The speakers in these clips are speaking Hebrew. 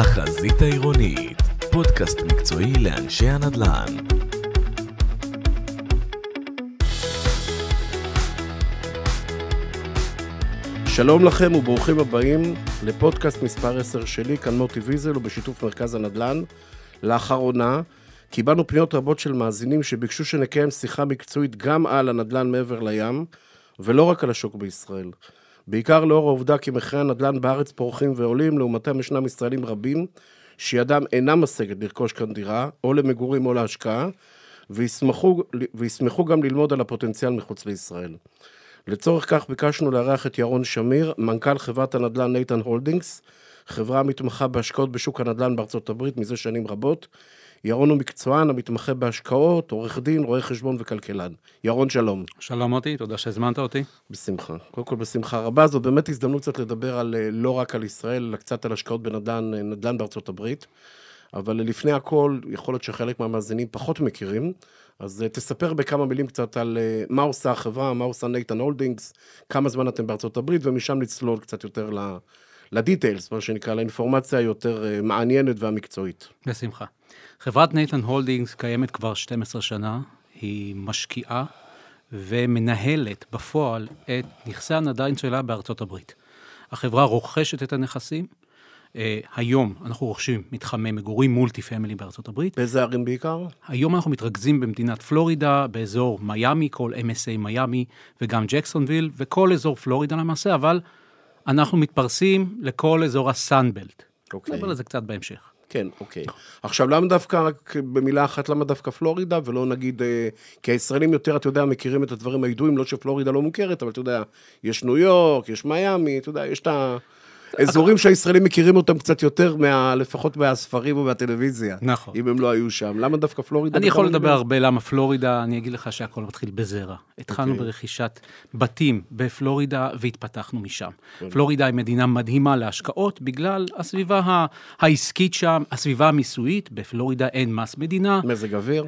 החזית העירונית, פודקאסט מקצועי לאנשי הנדל"ן. שלום לכם וברוכים הבאים לפודקאסט מספר 10 שלי, כאן מוטי ויזל ובשיתוף מרכז הנדל"ן. לאחרונה קיבלנו פניות רבות של מאזינים שביקשו שנקיים שיחה מקצועית גם על הנדל"ן מעבר לים, ולא רק על השוק בישראל. בעיקר לאור העובדה כי מחירי הנדל"ן בארץ פורחים ועולים, לעומתם ישנם ישראלים רבים שידם אינה משגת לרכוש כאן דירה, או למגורים או להשקעה, וישמחו גם ללמוד על הפוטנציאל מחוץ לישראל. לצורך כך ביקשנו לארח את ירון שמיר, מנכ"ל חברת הנדל"ן נייתן הולדינגס, חברה המתמחה בהשקעות בשוק הנדל"ן בארצות הברית מזה שנים רבות. ירון הוא מקצוען, המתמחה בהשקעות, עורך דין, רואה חשבון וכלכלן. ירון, שלום. שלום מוטי, תודה שהזמנת אותי. בשמחה. קודם כל בשמחה רבה, זאת באמת הזדמנות קצת לדבר על, לא רק על ישראל, אלא קצת על השקעות בנדל"ן בארצות הברית. אבל לפני הכל, יכול להיות שחלק מהמאזינים פחות מכירים, אז תספר בכמה מילים קצת על מה עושה החברה, מה עושה נייתן הולדינגס, כמה זמן אתם בארצות הברית, ומשם נצלול קצת יותר לדיטיילס, מה שנקרא, לאינפורמציה יותר מעניינת והמקצועית. בשמחה. חברת נייתן הולדינגס קיימת כבר 12 שנה, היא משקיעה ומנהלת בפועל את נכסי הנדל"ן שלה בארצות הברית. החברה רוכשת את הנכסים, היום אנחנו רוכשים מתחמי מגורים מולטי פמילי בארצות הברית. באיזה ערים בעיקר? היום אנחנו מתרכזים במדינת פלורידה, באזור מיאמי, כל MSA מיאמי וגם ג'קסונוויל, וכל אזור פלורידה למעשה, אבל אנחנו מתפרסים לכל אזור הסאנבלט. אוקיי. נדבר על זה קצת בהמשך. כן, אוקיי. עכשיו, למה דווקא, רק במילה אחת, למה דווקא פלורידה, ולא נגיד, כי הישראלים יותר, אתה יודע, מכירים את הדברים הידועים, לא שפלורידה לא מוכרת, אבל אתה יודע, יש ניו יורק, יש מיאמי, אתה יודע, יש את האזורים שהישראלים מכירים אותם קצת יותר, לפחות מהספרים או מהטלוויזיה. נכון. אם הם לא היו שם. למה דווקא פלורידה? אני יכול לדבר הרבה למה פלורידה, אני אגיד לך שהכל מתחיל בזרע. התחלנו ברכישת בתים בפלורידה והתפתחנו משם. פלורידה היא מדינה מדהימה להשקעות, בגלל הסביבה העסקית שם, הסביבה המיסויית, בפלורידה אין מס מדינה. מזג אוויר.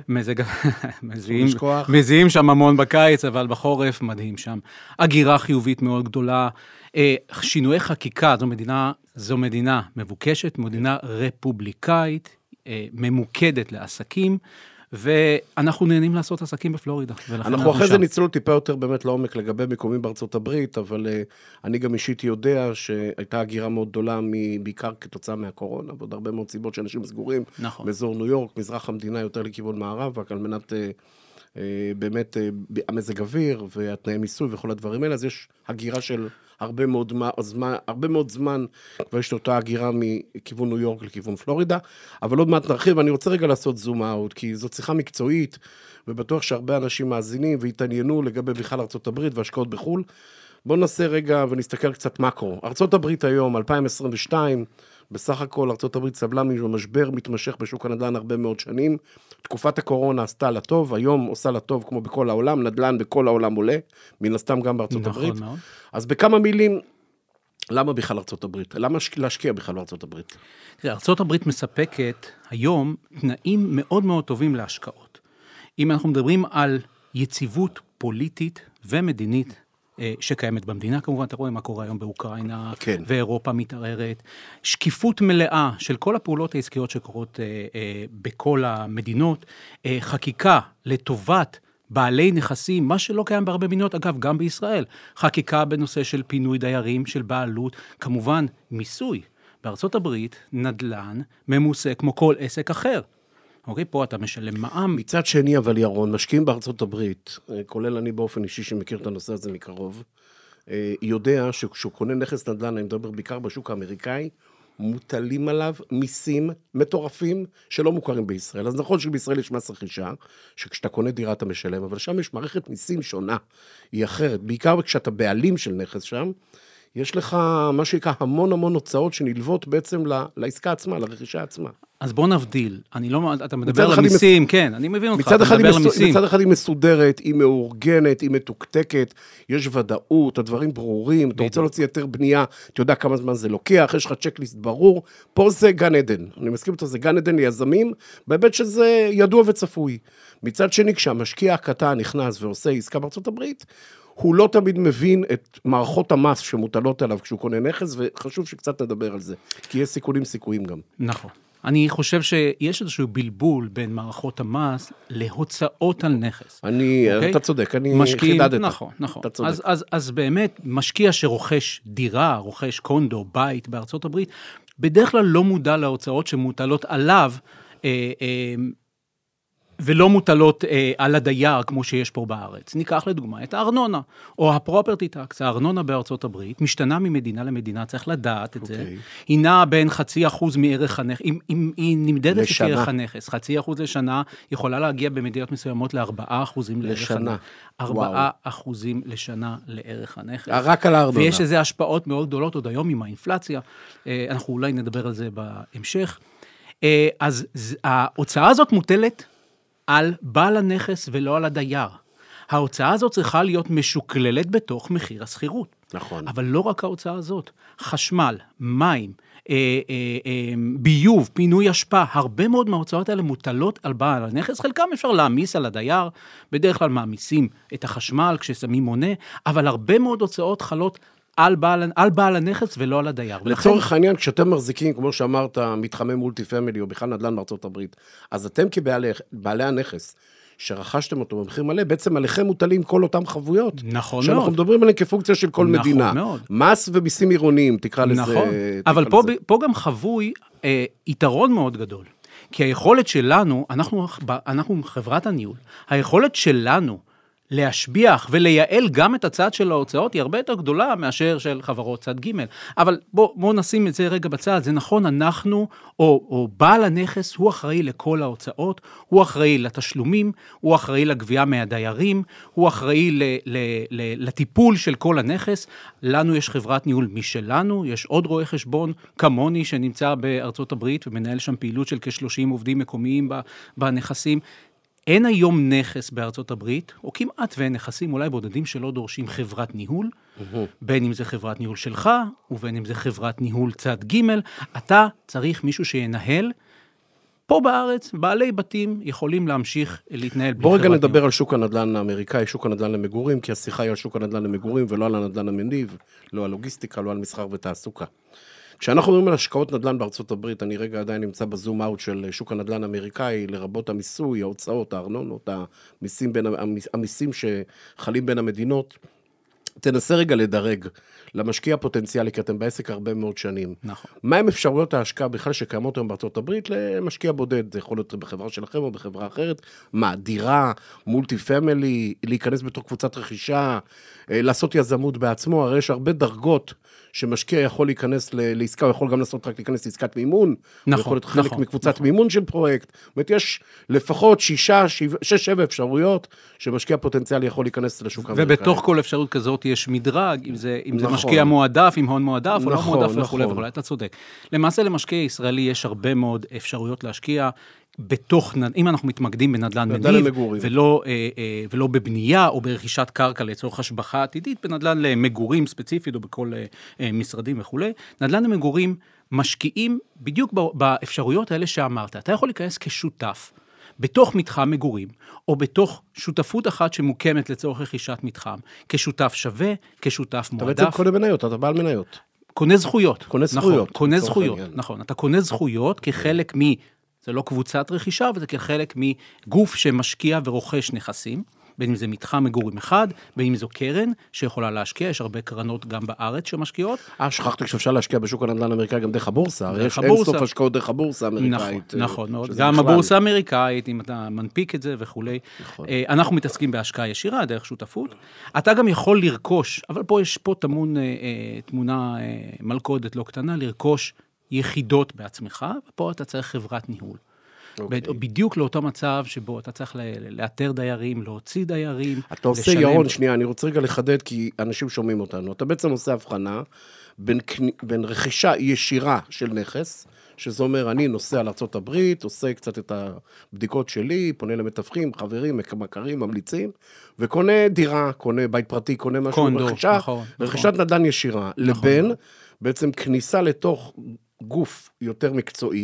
מזיעים שם המון בקיץ, אבל בחורף מדהים שם. הגירה חיובית מאוד גדולה. שינויי חקיקה, זו מדינה מבוקשת, מדינה רפובליקאית, ממוקדת לעסקים, ואנחנו נהנים לעשות עסקים בפלורידה. אנחנו אחרי זה נצלול טיפה יותר באמת לעומק לגבי מקומים בארצות הברית, אבל אני גם אישית יודע שהייתה הגירה מאוד גדולה, בעיקר כתוצאה מהקורונה, ועוד הרבה מאוד סיבות שאנשים סגורים, נכון. באזור ניו יורק, מזרח המדינה יותר לכיוון מערב, רק על מנת באמת המזג אוויר והתנאי מיסוי וכל הדברים האלה, אז יש הגירה של הרבה מאוד זמן, כבר יש אותה הגירה מכיוון ניו יורק לכיוון פלורידה, אבל עוד מעט נרחיב, אני רוצה רגע לעשות זום אאוט, כי זו שיחה מקצועית, ובטוח שהרבה אנשים מאזינים והתעניינו לגבי בכלל ארצות הברית והשקעות בחול. בואו נעשה רגע ונסתכל קצת מקרו. ארצות הברית היום, 2022, בסך הכל ארצות הברית סבלה ממשבר מתמשך בשוק הנדל"ן הרבה מאוד שנים. תקופת הקורונה עשתה לטוב, היום עושה לטוב כמו בכל העולם, נדל"ן בכל העולם עולה, מן הסתם גם בארצות הברית. מאוד. אז בכמה מילים, למה בכלל ארצות הברית? למה להשקיע בכלל בארצות הברית? תראה, ארצות הברית מספקת היום תנאים מאוד מאוד טובים להשקעות. אם אנחנו מדברים על יציבות פוליטית ומדינית, שקיימת במדינה, כמובן, אתה רואה מה קורה היום באוקראינה, כן. ואירופה מתערערת, שקיפות מלאה של כל הפעולות העסקיות שקורות בכל המדינות, חקיקה לטובת בעלי נכסים, מה שלא קיים בהרבה מדינות, אגב, גם בישראל, חקיקה בנושא של פינוי דיירים, של בעלות, כמובן, מיסוי. בארצות הברית, נדל"ן ממוסה כמו כל עסק אחר. אוקיי, פה אתה משלם מע"מ. מצד שני, אבל ירון, משקיעים בארצות הברית, כולל אני באופן אישי שמכיר את הנושא הזה מקרוב, יודע שכשהוא קונה נכס נדל"ן, אני מדבר בעיקר בשוק האמריקאי, מוטלים עליו מיסים מטורפים שלא מוכרים בישראל. אז נכון שבישראל יש מס רכישה, שכשאתה קונה דירה אתה משלם, אבל שם יש מערכת מיסים שונה, היא אחרת. בעיקר כשאתה בעלים של נכס שם, יש לך מה שיקרה המון הוצאות שנלוות בעצם לעסקה עצמה, לרכישה עצמה. אז בוא נבדיל, אתה מדבר על מיסים, כן, אני מבין אותך, אתה מדבר על מיסים. מצד אחד היא מסודרת, היא מאורגנת, היא מתוקתקת, יש ודאות, הדברים ברורים, אתה רוצה להוציא יותר בנייה, אתה יודע כמה זמן זה לוקח, יש לך צ'קליסט ברור, פה זה גן עדן, אני מסכים אותו, זה גן עדן ליזמים, בהיבט שזה ידוע וצפוי. מצד שני, כשהמשקיע הקטן נכנס ועושה עסקה בארצות הברית, הוא לא תמיד מבין את מערכות המס שמוטלות עליו כשהוא קונה נכס, וחשוב שקצת נדבר על זה, כי יש סיכונים גם. נכון. אני חושב שיש איזשהו בלבול בין מערכות המס להוצאות על נכס. אתה צודק, אני חידדת. נכון. אז באמת, משקיע שרוכש דירה, רוכש קונדו, בית בארצות הברית, בדרך כלל לא מודע להוצאות שמוטלות עליו, ולא מוטלות על הדייר כמו שיש פה בארץ. ניקח לדוגמה את הארנונה, או הפרופרטי טקס, הארנונה בארצות הברית, משתנה ממדינה למדינה, צריך לדעת את זה, היא נעה בין 0.5% מערך הנכס, אם היא נמדדת לפי ערך הנכס, 0.5% לשנה, יכולה להגיע במדינות מסוימות ל4% לערך הנכס. 4% לשנה לערך הנכס. רק על הארנונה. ויש איזה השפעות מאוד גדולות עוד היום עם האינפלציה, אנחנו אולי נדבר על זה בהמשך. אז ההוצאה הזאת מוטלת על בעל הנכס ולא על הדייר. ההוצאה הזאת צריכה להיות משוקללת בתוך מחיר הסחירות. נכון. אבל לא רק ההוצאה הזאת, חשמל, מים, ביוב, פינוי אשפה, הרבה מאוד מההוצאות האלה מוטלות על בעל הנכס, חלקם אפשר להמיס על הדייר, בדרך כלל מעמיסים את החשמל כששמים מונה, אבל הרבה מאוד הוצאות חלות על בעל הנכס ולא על הדייר. לצורך העניין, כשאתם מחזיקים, כמו שאמרת, מתחמי מולטי פמילי או בכלל נדל"ן בארצות הברית, אז אתם כבעלי הנכס, שרכשתם אותו במחיר מלא, בעצם עליכם מוטלים כל אותם חבויות. נכון מאוד. שאנחנו מדברים עליהם כפונקציה של כל מדינה. נכון מאוד. מס ומיסים עירוניים, תקרא לזה. נכון, אבל פה גם חבוי יתרון מאוד גדול. כי היכולת שלנו, אנחנו חברת הניהול, היכולת שלנו להשביח ולייעל גם את הצד של ההוצאות, היא הרבה יותר גדולה מאשר של חברות צד ג'. אבל בואו נשים את זה רגע בצד, זה נכון, אנחנו, או בעל הנכס, הוא אחראי לכל ההוצאות, הוא אחראי לתשלומים, הוא אחראי לגבייה מהדיירים, הוא אחראי לטיפול של כל הנכס, לנו יש חברת ניהול משלנו, יש עוד רואה חשבון כמוני שנמצא בארצות הברית, ומנהל שם פעילות של כ-30 עובדים מקומיים בנכסים, אין היום נכס בארצות הברית, או כמעט ואין נכסים, אולי בודדים שלא דורשים חברת ניהול, בין אם זה חברת ניהול שלך, ובין אם זה חברת ניהול צד ג', אתה צריך מישהו שינהל. פה בארץ, בעלי בתים יכולים להמשיך להתנהל. בוא רגע נדבר על שוק הנדל"ן האמריקאי, שוק הנדל"ן למגורים, כי השיחה היא על שוק הנדל"ן למגורים, ולא על הנדל"ן המניב, לא על לוגיסטיקה, לא על מסחר ותעסוקה. כשאנחנו מדברים על השקעות נדל"ן בארצות הברית, אני רגע עדיין נמצא בזום אאוט של שוק הנדל"ן האמריקאי, לרבות המיסוי, ההוצאות, הארנונות, המיסים שחלים בין המדינות. תנסה רגע לדרג למשקיע פוטנציאלי, כי אתם בעסק הרבה מאוד שנים. נכון. מה הם אפשרויות ההשקעה בכלל שקיימות היום בארצות הברית למשקיע בודד? זה יכול להיות בחברה שלכם או בחברה אחרת. מה, דירה, מולטי פמילי, להיכנס בתוך קבוצת רכישה, לעשות יזמות בעצמו, הרי יש הרבה דרגות שמשקיע יכול להיכנס לעסקה, הוא יכול גם לעשות רק להיכנס לעסקת מימון, נכון, הוא יכול להיות חלק מקבוצת מימון של פרויקט, זאת אומרת, יש לפחות 6-7 אפשרויות שמשקיע פוטנציאלי יכול להיכנס לשוק האמריקאי. ובתוך כל אפשרות כזאת יש מדרג, אם זה משקיע מועדף, עם הון מועדף, או לא מועדף וכו', אתה צודק. למעשה למשקיע ישראלי יש הרבה מאוד אפשרויות להשקיע, אם אנחנו מתמקדים בנדל"ן מניב, ולא בבנייה או ברכישת קרקע לצורך השבחה עתידית, בנדל"ן למגורים ספציפית או בכל משרדים וכו', נדל"ן למגורים משקיעים בדיוק באפשרויות האלה שאמרת. אתה יכול להיכנס כשותף בתוך מתחם מגורים, או בתוך שותפות אחת שמוקמת לצורך רכישת מתחם, כשותף שווה, כשותף מועדף. אתה בעצם קונה מניות, אתה בעל מניות. קונה זכויות. קונה זכויות. נכון, אתה קונה זכויות כחלק זה לא קבוצת רכישה, וזה כחלק מגוף שמשקיע ורוכש נכסים, בין אם זה מתחם מגורים אחד, בין אם זו קרן שיכולה להשקיע, יש הרבה קרנות גם בארץ שמשקיעות. שכחתי שאפשר להשקיע בשוק הנדל"ן האמריקאי גם דרך הבורסה, יש אין סוף השקעות דרך הבורסה האמריקאית. נכון, גם הבורסה האמריקאית, אם אתה מנפיק את זה וכו'. אנחנו מתעסקים בהשקעה ישירה, דרך שותפות. אתה גם יכול לרכוש, אבל יש פה תמונה מלכודת לא קטנה, לרכוש יחידות בעצמך, ופה אתה צריך חברת ניהול. בדיוק לאותו מצב שבו אתה צריך לאתר דיירים, להוציא דיירים, אתה עושה ירון, שנייה, אני רוצה רגע לחדד, כי אנשים שומעים אותנו. אתה בעצם עושה הבחנה בין רכישה ישירה של נכס, שזה אומר, אני נוסע לארצות הברית, עושה קצת את הבדיקות שלי, פונה למתווכים, חברים, מכרים, ממליצים, וקונה דירה, קונה בית פרטי, קונה משהו, רכישת נדל"ן ישירה, לבין בעצם כניסה לתוך גוף יותר מקצועי,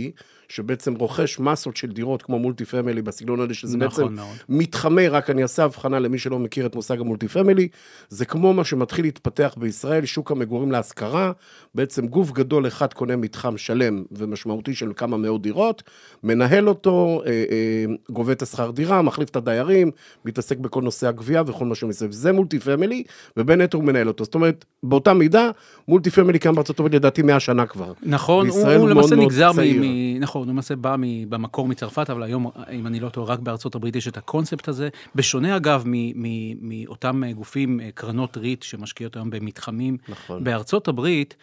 שבעצם רוכש מסות של דירות כמו מולטי פמילי בסגנון הזה, שזה נכון בעצם מאוד. מתחמי, רק אני אעשה הבחנה למי שלא מכיר את מושג המולטי פמילי, זה כמו מה שמתחיל להתפתח בישראל, שוק המגורים להשכרה, בעצם גוף גדול אחד קונה מתחם שלם ומשמעותי של כמה מאות דירות, מנהל אותו, גובה את השכר דירה, מחליף את הדיירים, מתעסק בכל נושא הגבייה וכל מה שמסביב. זה מולטי פמילי, ובין היתר הוא מנהל אותו. זאת אומרת, באותה מידה, מולטי פמילי כאן בארצות הברית לדעתי 100 שנה כבר. נכון, הוא למעשה נגזר, נכון, הוא למעשה בא במקור מצרפת, אבל היום, אם אני לא טועה, רק בארצות הברית יש את הקונספט הזה, בשונה אגב מאותם גופים, קרנות ריט שמשקיעות היום במתחמים, בארצות הברית,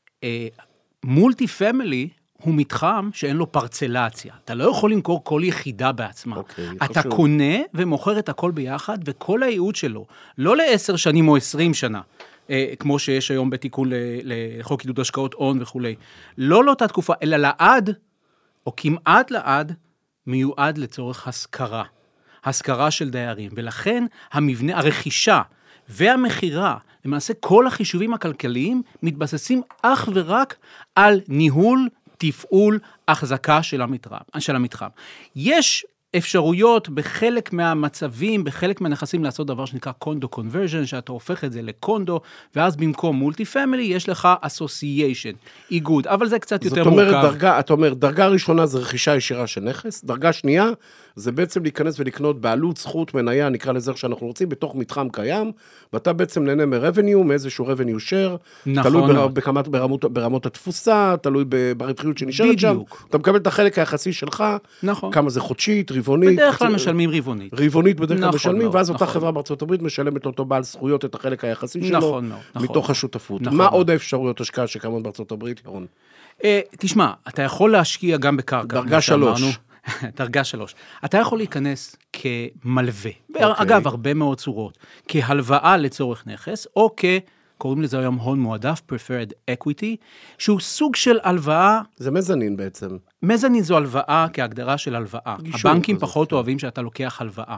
מולטי פמילי הוא מתחם שאין לו פרצלציה. אתה לא יכול למכור כל יחידה בעצמה. אתה קונה ומוכר את הכל ביחד, וכל הייעוד שלו, לא ל10 שנים או 20 שנה, כמו שיש היום בתיקון לחוק עידוד השקעות הון וכו'. לא לאותה תקופה, אלא לעד, או כמעט לעד, מיועד לצורך השכרה. השכרה של דיירים. ולכן המבנה, הרכישה והמחירה, למעשה כל החישובים הכלכליים מתבססים אך ורק על ניהול, תפעול, החזקה של המתחם. יש אפשרויות בחלק מהמצבים, בחלק מהנכסים לעשות דבר שנקרא קונדו קונברז'ן, שאתה הופך את זה לקונדו, ואז במקום מולטי פמילי יש לך אסוסיישן, איגוד, אבל זה קצת יותר מורכב. אתה אומר, דרגה ראשונה זה רכישה ישירה של נכס, דרגה שנייה זה בעצם להיכנס ולקנות בעלות, זכות, מניה, נקרא לזה שאנחנו רוצים, בתוך מתחם קיים, ואתה בעצם נהנה מרבניו, מאיזשהו רבניו שר, תלוי ברמות התפוסה, תלוי ברווחיות שנשארת שם, אתה מקבל את החלק היחסי שלך, כמה זה חודשית, רבעונית. בדרך כלל משלמים רבעונית. רבעונית בדרך כלל משלמים, ואז אותה חברה בארצות הברית משלמת לאותו בעל זכויות את החלק היחסי שלו, מתוך השותפות. מה עוד האפשרויות השקעה שקיימות בארצות הברית, ירון? תשמע, אתה יכול להשקיע גם בקרקע. דרגה 3. דרגה 3. אתה יכול להיכנס כמלווה, אגב, הרבה מאוד צורות, כהלוואה לצורך נכס, או קוראים לזה היום הון מועדף, preferred equity, שהוא סוג של הלוואה. זה מזנין בעצם. מזנין זו הלוואה כהגדרה של הלוואה. הבנקים פחות אוהבים שאתה לוקח הלוואה.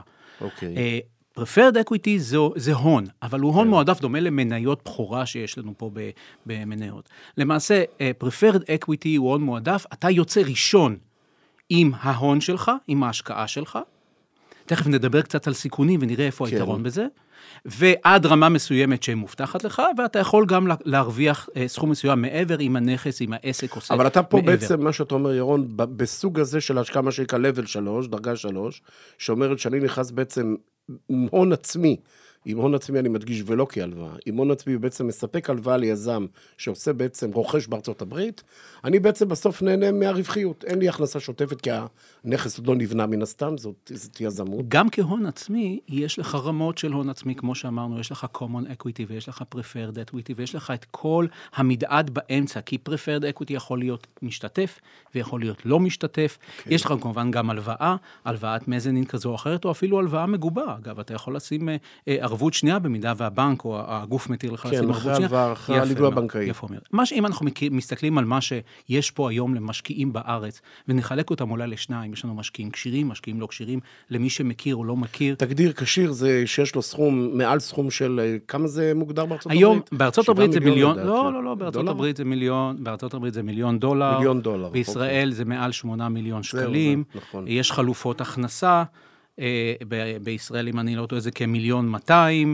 preferred equity זה הון, אבל הוא הון מועדף דומה למניות בחורה שיש לנו פה במניות. למעשה, preferred equity הוא הון מועדף, אתה יוצא ראשון עם ההון שלך, עם ההשקעה שלך. תכף נדבר קצת על סיכונים ונראה איפה היתרון בזה. ועד רמה מסוימת שמובטחת לך, ואתה יכול גם להרוויח סכום מסוים מעבר עם הנכס, עם העסק עושה מעבר. אבל אתה פה בעצם, מה שאתה אומר, ירון, בסוג הזה של ההשקעה, מה שנקרא level 3, דרגה 3, שאומרת שאני נכנס בעצם עם הון עצמי, עם הון עצמי אני מדגיש ולא כהלוואה, עם הון עצמי בעצם מספק הלוואה ליזם שעושה בעצם רוכש בארצות הברית, אני בעצם בסוף נהנה מהרווחיות, אין לי הכנסה שוטפת כי הנכס עוד לא נבנה מן הסתם, זאת יזמות. גם כהון עצמי, יש לך רמות של הון עצמי, כמו שאמרנו, יש לך common equity ויש לך preferred equity ויש לך את כל המדעד באמצע, כי preferred equity יכול להיות משתתף ויכול להיות לא משתתף, יש לך כמובן גם הלוואה, הלוואת מזנין כזו או אחרת, או אפילו הלוואה מגובה, אגב, אתה יכול לשים ערבות שנייה במידה והבנק או הגוף מתיר לך לשים ערבות שנייה. אחרי הליווי הבנקאי. אם אנחנו מסתכלים על מה שיש פה היום למשקיעים בארץ, ונחלק אותם אולי לשניים, יש לנו משקיעים קשירים, משקיעים לא קשירים, למי שמכיר או לא מכיר. תגדיר קשיר זה שיש לו סכום, מעל סכום של, כמה זה מוגדר בארצות הברית? היום, בארצות הברית זה מיליון, לא, בארצות הברית זה מיליון, בארצות הברית זה $1,000,000. $1,000,000. בישראל זה מעל 8 מיליון שקלים. יש חלופות הכנסה. בישראל, אם אני לא טועה, זה כ1,200,000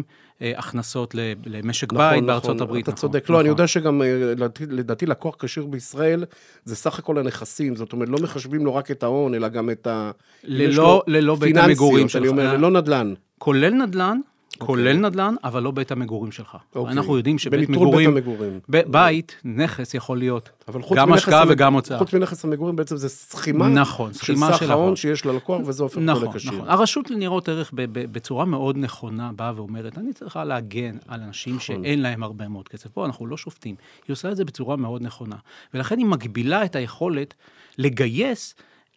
הכנסות למשק בית בארצות הברית. אתה צודק. לא, אני יודע שגם, לדעתי, לקוח קשיר בישראל, זה סך הכל הנכסים, זאת אומרת, לא מחשבים לו רק את ההון, אלא גם את ללא בית המגורים שלך. אני אומר, ללא נדל"ן. כולל נדל"ן, אבל לא בית המגורים שלך. אנחנו יודעים שבית מגורים, בית, נכס יכול להיות גם השקעה וגם הוצאה. חוץ מנכס המגורים בעצם זה סכימה של סך ההון שיש ללקוח, וזה הופך אותו לקשיר. נכון. הרשות לניירות ערך בצורה מאוד נכונה באה ואומרת, אני צריכה להגן על אנשים שאין להם הרבה מאוד כסף. פה אנחנו לא שופטים. היא עושה את זה בצורה מאוד נכונה. ולכן היא מגבילה את היכולת לגייס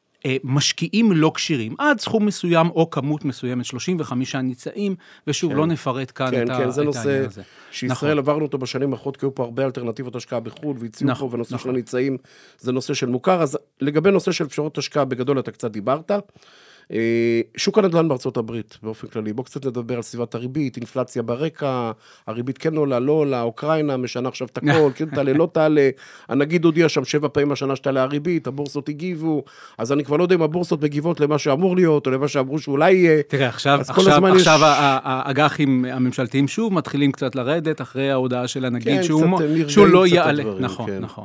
משקיעים לא קשירים, עד סכום מסוים או כמות מסוימת, 35 ניצאים, ושוב, לא נפרט כאן את העניין הזה. זה נושא שישראל עברנו אותו בשנים האחרונות, כי היו פה הרבה אלטרנטיבות השקעה בחו"ל, והציעו פה, ונושא של הניצאים, זה נושא של מוכר, אז לגבי נושא של אפשרות השקעה בגדול, אתה קצת דיברת, שוק הנדל"ן בארצות הברית, באופן כללי. בואו קצת נדבר על סביבת הריבית, אינפלציה ברקע, הריבית כן עולה, לא עולה, אוקראינה משנה עכשיו את הכל, כן תעלה, לא תעלה. הנגיד הודיע שם 7 פעמים השנה שתעלה הריבית, הבורסות הגיבו, אז אני כבר לא יודע אם הבורסות מגיבות למה שאמור להיות, או למה שאמרו שאולי יהיה. תראה, עכשיו האג"חים הממשלתיים שוב מתחילים קצת לרדת, אחרי ההודעה של הנגיד, שהוא לא יעלה. נכון, נכון.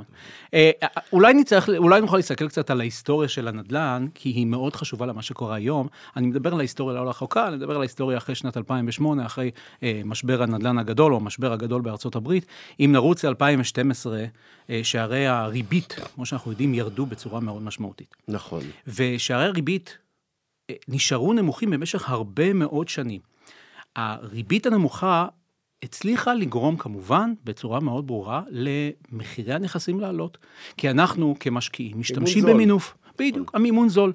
אולי נוכל להסתכל קצת על ההיסטוריה של הנדל"ן, כי היא מאוד חשובה למה שקורה היום. אני מדבר על ההיסטוריה לא רחוקה, אני מדבר על ההיסטוריה אחרי שנת 2008, אחרי משבר הנדל"ן הגדול, או המשבר הגדול בארצות הברית. אם נרוץ ל-2012, שערי הריבית, כמו שאנחנו יודעים, ירדו בצורה מאוד משמעותית. נכון. ושערי הריבית נשארו נמוכים במשך הרבה מאוד שנים. הריבית הנמוכה הצליחה לגרום כמובן בצורה מאוד ברורה למחירי הנכסים לעלות, כי אנחנו כמשקיעים משתמשים במינוף, בדיוק, המימון זול.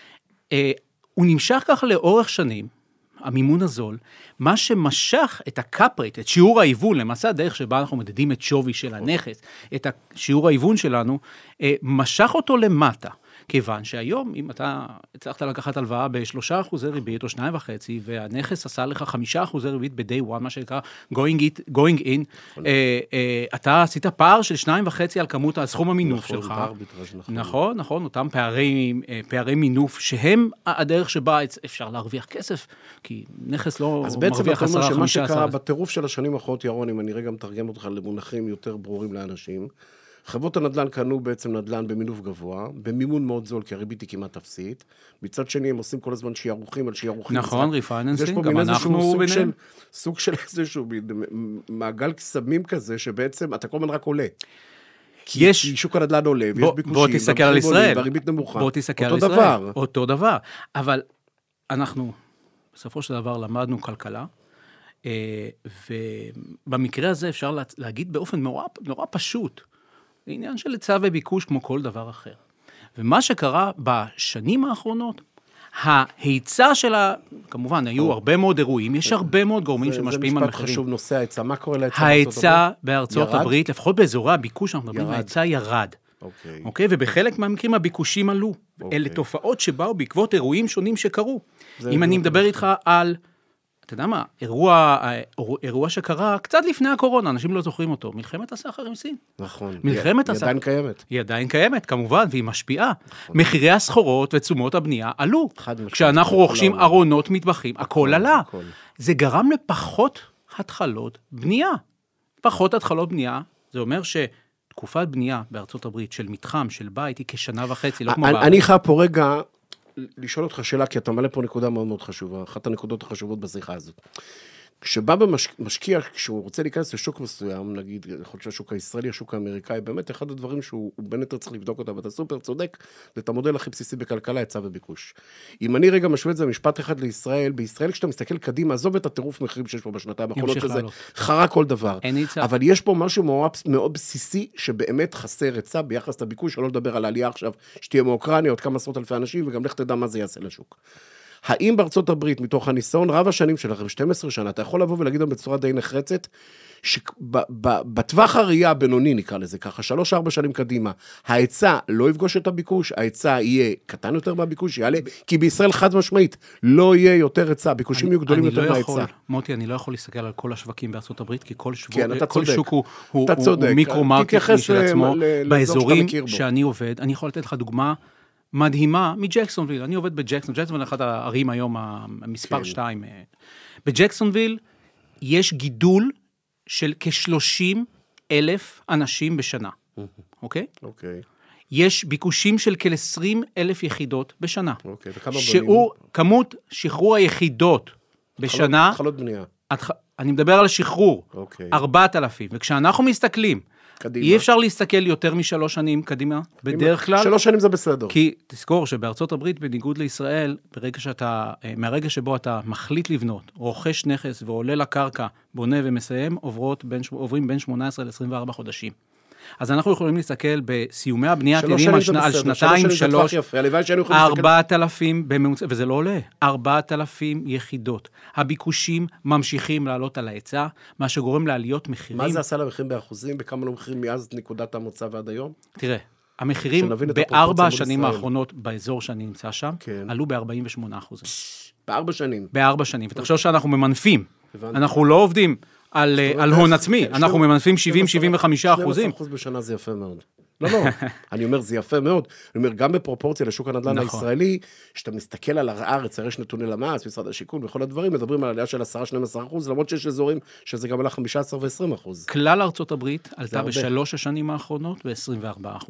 הוא נמשך כך לאורך שנים, המימון הזול, מה שמשך את הקאפרייט, את שיעור ההיוון, למעשה הדרך שבה אנחנו מדדים את שווי של הנכס, את שיעור ההיוון שלנו, משך אותו למטה. כיוון שהיום, אם אתה הצלחת לקחת הלוואה ב3% ריבית או 2.5%, והנכס עשה לך 5% ריבית ב-day one, מה שנקרא going in, אתה עשית פער של 2.5 על כמות הסכום המינוף שלך. נכון, נכון, אותם פערי מינוף, שהם הדרך שבה אפשר להרוויח כסף, כי נכס לא מרוויח 10-15. אז בעצם מה שקרה בטירוף של השנים האחרונות, ירון, אם אני רגע מתרגם אותך למונחים יותר ברורים לאנשים, חברות הנדל"ן קנו בעצם נדל"ן במינוף גבוה, במימון מאוד זול, כי הריבית היא כמעט אפסית. מצד שני, הם עושים כל הזמן שיערוכים על שיערוכים. נכון, ריפייננסינג, גם אנחנו ביניהם. סוג של איזשהו מעגל קסמים כזה, שבעצם אתה כל הזמן רק עולה. כי שוק הנדל"ן עולה, ויש ביקושים, בוא תסתכל על ישראל, והריבית נמוכה. בוא תסתכל על ישראל, אותו דבר. אבל אנחנו, בסופו של דבר, למדנו כלכלה, ובמקרה הזה אפשר להגיד באופן נורא פשוט, זה עניין של היצע וביקוש כמו כל דבר אחר. ומה שקרה בשנים האחרונות, ההיצע שלה, כמובן, היו הרבה מאוד אירועים, יש הרבה מאוד גורמים שמשפיעים על מחירים. זה משפט חשוב, נושא ההיצע. מה קורה להיצע ההיצע בארצות הברית, לפחות באזורי הביקוש, אנחנו מדברים, ההיצע ירד. אוקיי? ובחלק מהמקרים הביקושים עלו. אלה תופעות שבאו בעקבות אירועים שונים שקרו. אם אני מדבר איתך על אתה יודע מה, אירוע שקרה קצת לפני הקורונה, אנשים לא זוכרים אותו, מלחמת הסחר עם סין. נכון, היא עדיין קיימת. היא עדיין קיימת, כמובן, והיא משפיעה. מחירי הסחורות ותשומות הבנייה עלו. כשאנחנו רוכשים ארונות מטבחים, הכל עלה. זה גרם לפחות התחלות בנייה. פחות התחלות בנייה, זה אומר שתקופת בנייה בארצות הברית של מתחם, של בית, היא כשנה וחצי, לא כמו בארץ. אני חייב פה רגע לשאול אותך שאלה, כי אתה מעלה פה נקודה מאוד מאוד חשובה, אחת הנקודות החשובות בשיחה הזאת. כשבא במשקיע, כשהוא רוצה להיכנס לשוק מסוים, נגיד, יכול להיות שהשוק הישראלי, השוק האמריקאי, באמת אחד הדברים שהוא בין היתר צריך לבדוק אותה, ואתה סופר צודק, זה את המודל הכי בסיסי בכלכלה, היצע וביקוש. אם אני רגע משווה את זה משפט אחד לישראל, בישראל כשאתה מסתכל קדימה, עזוב את הטירוף מחירים שיש פה בשנתיים האחרונות, שזה חרה כל דבר. אבל יש פה משהו מאוד בסיסי, שבאמת חסר היצע ביחס לביקוש, לא לדבר על העלייה עכשיו, שתהיה מאוקראינה, עוד כמה עשרות אלפי אנשים, וגם לך תדע מה זה יעשה לשוק. האם בארצות הברית, מתוך הניסיון רב השנים שלכם, 12 שנה, אתה יכול לבוא ולהגיד לנו בצורה די נחרצת, שבטווח הראייה הבינוני, נקרא לזה ככה, 3-4 שנים קדימה, ההיצע לא יפגוש את הביקוש, ההיצע יהיה קטן יותר מהביקוש, יעלה, כי בישראל חד משמעית, לא יהיה יותר היצע, הביקושים יהיו גדולים יותר מההיצע. מוטי, אני לא יכול להסתכל על כל השווקים בארצות הברית, כי כל שוק הוא מיקרו-מרקט של עצמו, באזורים שאני עובד, אני יכול לתת לך דוגמה, מדהימה מג'קסונוויל, אני עובד בג'קסונוויל, ג'קסונוויל אחד הערים היום, המספר 2. בג'קסונוויל יש גידול של כ-30,000 אנשים בשנה, אוקיי? אוקיי. יש ביקושים של כ-20,000 יחידות בשנה. אוקיי, וכמה שהוא כמות שחרור היחידות בשנה. התחלות בנייה. אני מדבר על השחרור, 4,000, וכשאנחנו מסתכלים, קדימה. אי אפשר להסתכל יותר מ3 שנים קדימה, בדרך כלל. 3 שנים זה בסדר. כי תזכור שבארצות הברית, בניגוד לישראל, מהרגע שבו אתה מחליט לבנות, רוכש נכס ועולה לקרקע, בונה ומסיים, עוברים בין 18 ל-24 חודשים. אז אנחנו יכולים להסתכל בסיומי הבנייה, תראים על שנתיים, 3, 4,000 בממוצע, וזה לא עולה, 4,000 יחידות. הביקושים ממשיכים לעלות על ההיצע, מה שגורם לעליות מחירים. מה זה עשה למחירים באחוזים? בכמה לא מחירים מאז נקודת המוצא ועד היום? תראה, המחירים בארבע השנים האחרונות באזור שאני נמצא שם, עלו ב-48%. בארבע שנים. בארבע שנים. ותחשוב שאנחנו ממנפים. אנחנו לא עובדים על הון עצמי, אנחנו ממנפים 70-75%. 12% בשנה זה יפה מאוד. לא, אני אומר, זה יפה מאוד. אני אומר, גם בפרופורציה לשוק הנדל"ן הישראלי, שאתה מסתכל על הארץ, יש נתוני למ"ס, משרד השיכון וכל הדברים, מדברים על עלייה של 10-12%, למרות שיש אזורים שזה גם עלה 15 ו-20%. כלל ארצות הברית עלתה בשלוש השנים האחרונות ב-24%.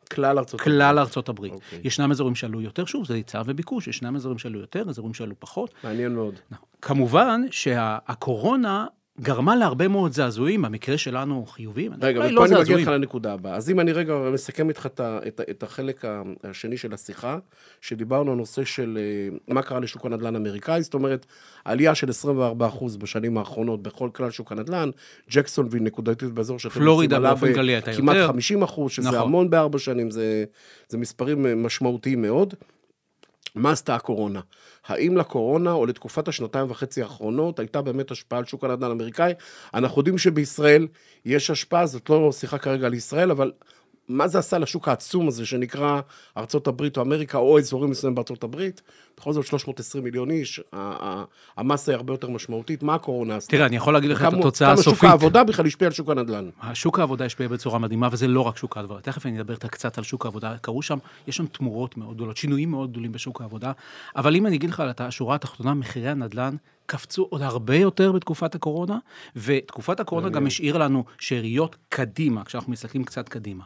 כלל ארצות הברית. ישנם אזורים שעלו יותר, שוב, זה היצע וביקוש, ישנם אזורים שעלו יותר, אזורים שעלו פחות. מעניין מאוד. כמובן שהקורונה גרמה להרבה מאוד זעזועים, במקרה שלנו חיובים. רגע, ופה אני מגיע לך לנקודה הבאה. אז אם אני רגע מסכם איתך את החלק השני של השיחה, שדיברנו על נושא של מה קרה לשוק הנדל"ן האמריקאי, זאת אומרת, עלייה של 24% בשנים האחרונות בכל כלל שוק הנדל"ן, ג'קסונוויל נקודתית באזור שאתם פלורידה באופן כללי הייתה יותר. כמעט 50%, שזה המון בארבע שנים, זה מספרים משמעותיים מאוד. מה עשתה הקורונה? האם לקורונה או לתקופת השנתיים וחצי האחרונות הייתה באמת השפעה על שוק הנדל"ן האמריקאי? אנחנו יודעים שבישראל יש השפעה, זאת לא שיחה כרגע על ישראל, אבל מה זה עשה לשוק העצום הזה שנקרא ארצות הברית או אמריקה או אזורים מסוימים בארצות הברית? בכל זאת 320 מיליון איש, המסה היא הרבה יותר משמעותית, מה הקורונה עשתה? תראה, אני יכול להגיד לך את התוצאה הסופית. כמה שוק העבודה בכלל השפיע על שוק הנדל"ן? השוק העבודה השפיע בצורה מדהימה, וזה לא רק שוק העבודה. תכף אני אדבר קצת על שוק העבודה. יש שם תמורות מאוד גדולות, שינויים מאוד גדולים בשוק העבודה, אבל אם אני אגיד לך על השורה התחתונה, מחירי הנדל"ן קפצו עוד הרבה יותר בתקופת הקורונה, ותקופת הקורונה גם השאיר לנו שאריות קדימה, כשאנחנו מסתכלים קצת קדימה.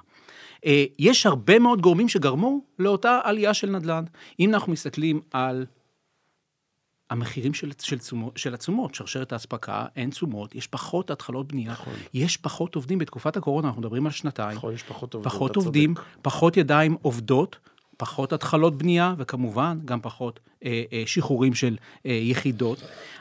יש הרבה מאוד גורמים שגרמו לאותה עלייה של נדל"ן. אם אנחנו מסתכלים על המחירים של התשומות, שרשרת האספקה, אין תשומות, יש פחות התחלות בנייה, יש פחות עובדים בתקופת הקורונה, אנחנו מדברים על שנתיים, יש פחות עובדים, פחות ידיים עובדות, פחות התחלות בנייה, וכמובן גם פחות שחרורים של יחידות.